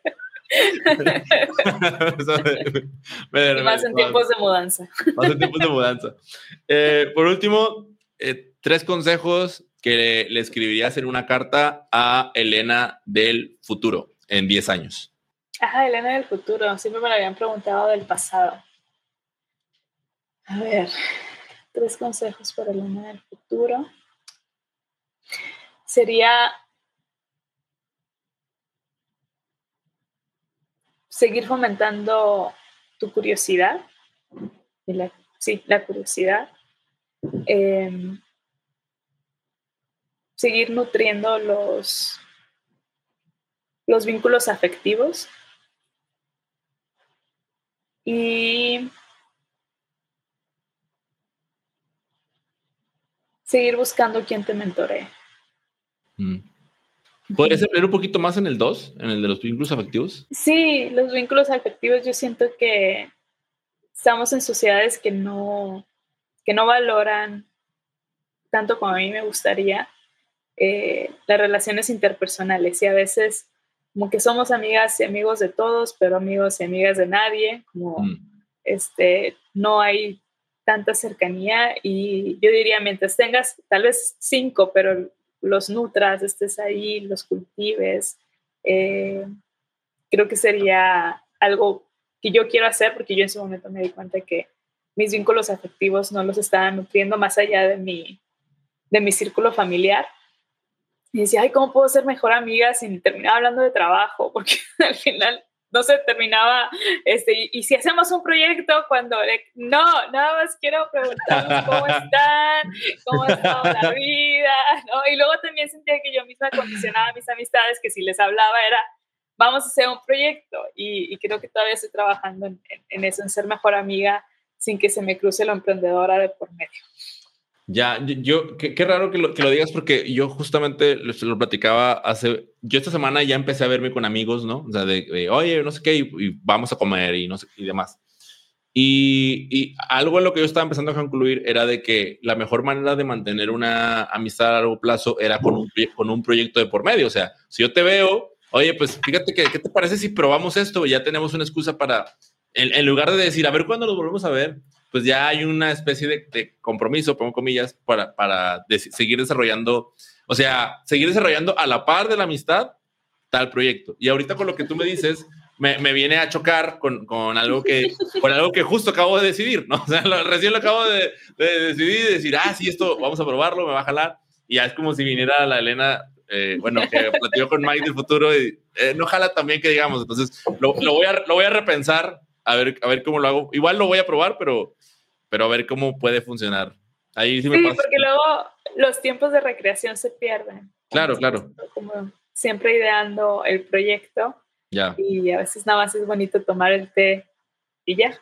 me, me, más me, en tiempos de mudanza. Más en tiempos de mudanza. Eh, por último, eh, tres consejos que le escribirías en una carta a Elena del futuro en diez años. Ah, Elena del futuro. Siempre me lo habían preguntado del pasado. A ver, tres consejos para Elena del futuro. Sería seguir fomentando tu curiosidad. Y la, sí, la curiosidad. Eh, seguir nutriendo los, los vínculos afectivos. Y seguir buscando quien te mentoree. Mm. ¿Podrías hablar un poquito más en el dos, en el de los vínculos afectivos? Sí, los vínculos afectivos, yo siento que estamos en sociedades que no, que no valoran tanto como a mí me gustaría eh, las relaciones interpersonales, y a veces como que somos amigas y amigos de todos, pero amigos y amigas de nadie, como mm. este, no hay tanta cercanía. Y yo diría, mientras tengas tal vez cinco, pero los nutras, estés ahí, los cultives, eh, creo que sería algo que yo quiero hacer, porque yo en su momento me di cuenta que mis vínculos afectivos no los estaba nutriendo más allá de mi, de mi círculo familiar. Y decía, ay, ¿cómo puedo ser mejor amiga sin terminar hablando de trabajo? Porque al final no se terminaba, este, y, y si hacemos un proyecto cuando, le, no, nada más quiero preguntarles cómo están, cómo ha estado la vida, ¿no? Y luego también sentía que yo misma condicionaba a mis amistades, que si les hablaba era, vamos a hacer un proyecto, y, y creo que todavía estoy trabajando en, en, en eso, en ser mejor amiga sin que se me cruce lo emprendedora de por medio. Ya, yo, qué, qué raro que lo, que lo digas, porque yo justamente lo, lo platicaba hace, yo esta semana ya empecé a verme con amigos, ¿no? O sea, de, de oye, no sé qué, y, y vamos a comer y no sé, y demás. Y, y algo en lo que yo estaba empezando a concluir era de que la mejor manera de mantener una amistad a largo plazo era con un, con un proyecto de por medio. O sea, si yo te veo, oye, pues fíjate que, ¿qué te parece si probamos esto? Ya tenemos una excusa para, en, en lugar de decir, a ver, ¿cuándo nos volvemos a ver? Pues ya hay una especie de, de compromiso, pongo comillas, para, para de, seguir desarrollando, o sea, seguir desarrollando a la par de la amistad tal proyecto. Y ahorita con lo que tú me dices, me, me viene a chocar con, con, algo que, con algo que justo acabo de decidir, ¿no? O sea, lo, recién lo acabo de, de decidir y decir, ah, sí, esto vamos a probarlo, me va a jalar. Y ya es como si viniera la Elena, eh, bueno, que platicó con Mike del futuro y eh, no jala también que digamos. Entonces, lo, lo, voy a, lo voy a repensar, a ver, a ver cómo lo hago. Igual lo voy a probar, pero, pero a ver cómo puede funcionar. Ahí sí, me sí pasa. Porque luego los tiempos de recreación se pierden. Claro, claro. Como siempre ideando el proyecto. Ya. Y a veces nada más es bonito tomar el té y ya.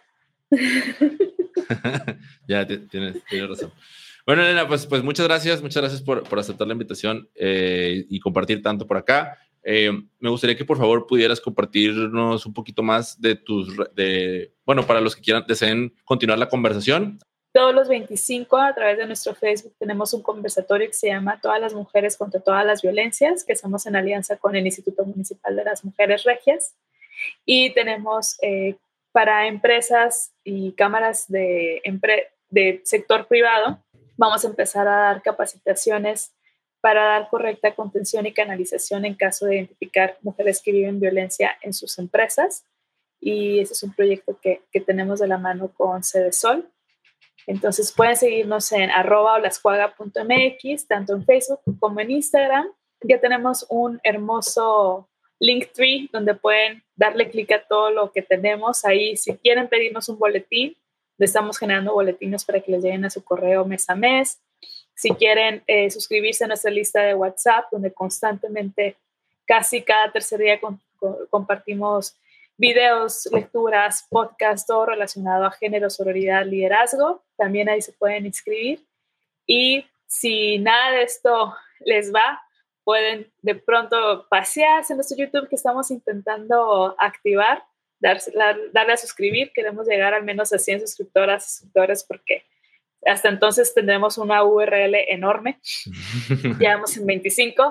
Ya, tienes, tienes razón. Bueno, Elena, pues, pues muchas gracias, muchas gracias por, por aceptar la invitación eh, y compartir tanto por acá. Eh, me gustaría que por favor pudieras compartirnos un poquito más de tus, de, bueno, para los que quieran, deseen continuar la conversación. Todos los veinticinco a través de nuestro Facebook tenemos un conversatorio que se llama Todas las mujeres contra todas las violencias, que estamos en alianza con el Instituto Municipal de las Mujeres Regias. Y tenemos eh, para empresas y cámaras de, empre- de sector privado, vamos a empezar a dar capacitaciones para dar correcta contención y canalización en caso de identificar mujeres que viven violencia en sus empresas. Y ese es un proyecto que, que tenemos de la mano con Cedesol. Entonces pueden seguirnos en arroba olascuaga punto mx, tanto en Facebook como en Instagram. Ya tenemos un hermoso Linktree donde pueden darle clic a todo lo que tenemos. Ahí, si quieren pedirnos un boletín, le estamos generando boletines para que les lleguen a su correo mes a mes. Si quieren eh, suscribirse a nuestra lista de WhatsApp, donde constantemente, casi cada tercer día con, con, compartimos videos, lecturas, podcasts, todo relacionado a género, sororidad, liderazgo. También ahí se pueden inscribir. Y si nada de esto les va, pueden de pronto pasearse en nuestro YouTube que estamos intentando activar, darse, darle a suscribir. Queremos llegar al menos a cien suscriptoras y suscriptores porque hasta entonces tendremos una U R L enorme. Ya vamos en veinticinco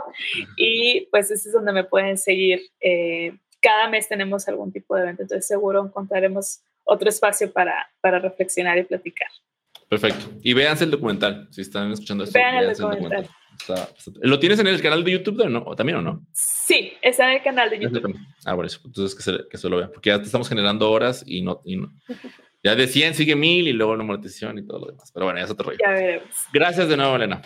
y pues ese es donde me pueden seguir. Eh, cada mes tenemos algún tipo de evento, entonces seguro encontraremos otro espacio para, para reflexionar y platicar. Perfecto. Y véanse el documental, si están escuchando esto. Vean el documental. El documental. Está, está, ¿Lo tienes en el canal de YouTube ¿no? ¿O también o no? Sí, está en el canal de YouTube. Ah, por eso. Entonces que se, que se lo vean, porque ya te estamos generando horas y no... Y no. Ya de cien sigue mil y luego la monetización y todo lo demás. Pero bueno, ya es otro rollo. Ya veremos. Gracias de nuevo, Elena.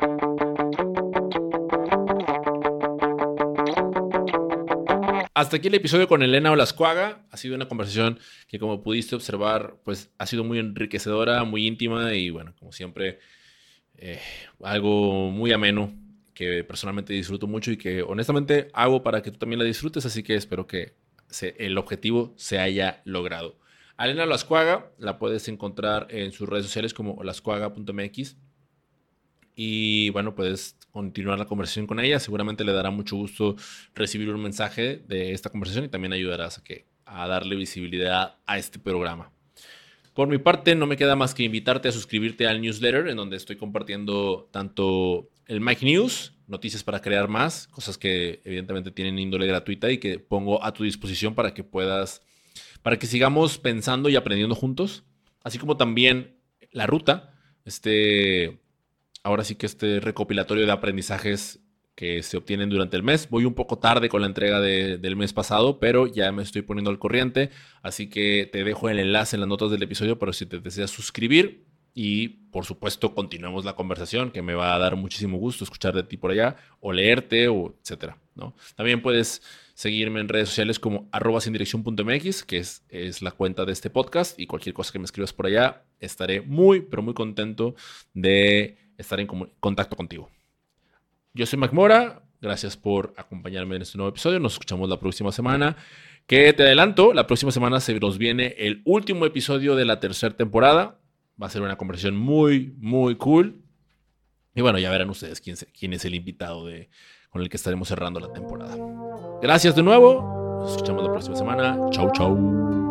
Hasta aquí el episodio con Elena Olascuaga. Ha sido una conversación que, como pudiste observar, pues ha sido muy enriquecedora, muy íntima y, bueno, como siempre, eh, algo muy ameno que personalmente disfruto mucho y que honestamente hago para que tú también la disfrutes. Así que espero que se, el objetivo se haya logrado. A Elena Olascuaga la puedes encontrar en sus redes sociales como olascuaga punto mx. Y bueno, puedes continuar la conversación con ella. Seguramente le dará mucho gusto recibir un mensaje de esta conversación y también ayudarás a, que, a darle visibilidad a este programa. Por mi parte, no me queda más que invitarte a suscribirte al newsletter, en donde estoy compartiendo tanto el Mike News, noticias para crear más, cosas que evidentemente tienen índole gratuita y que pongo a tu disposición para que puedas, para que sigamos pensando y aprendiendo juntos, así como también la ruta, este... Ahora sí que este recopilatorio de aprendizajes que se obtienen durante el mes. Voy un poco tarde con la entrega de, del mes pasado, pero ya me estoy poniendo al corriente. Así que te dejo el enlace en las notas del episodio para si te deseas suscribir. Y, por supuesto, continuemos la conversación, que me va a dar muchísimo gusto escuchar de ti por allá, o leerte, o etcétera, ¿no? También puedes seguirme en redes sociales como arroba sin dirección punto mx, que es, es la cuenta de este podcast. Y cualquier cosa que me escribas por allá, estaré muy, pero muy contento de estar en contacto contigo. Yo soy Mac Mora, gracias por acompañarme en este nuevo episodio, nos escuchamos la próxima semana, que te adelanto, la próxima semana se nos viene el último episodio de la tercera temporada, va a ser una conversación muy, muy cool, y bueno, ya verán ustedes quién, quién es el invitado de, con el que estaremos cerrando la temporada. Gracias de nuevo, nos escuchamos la próxima semana, chau chau.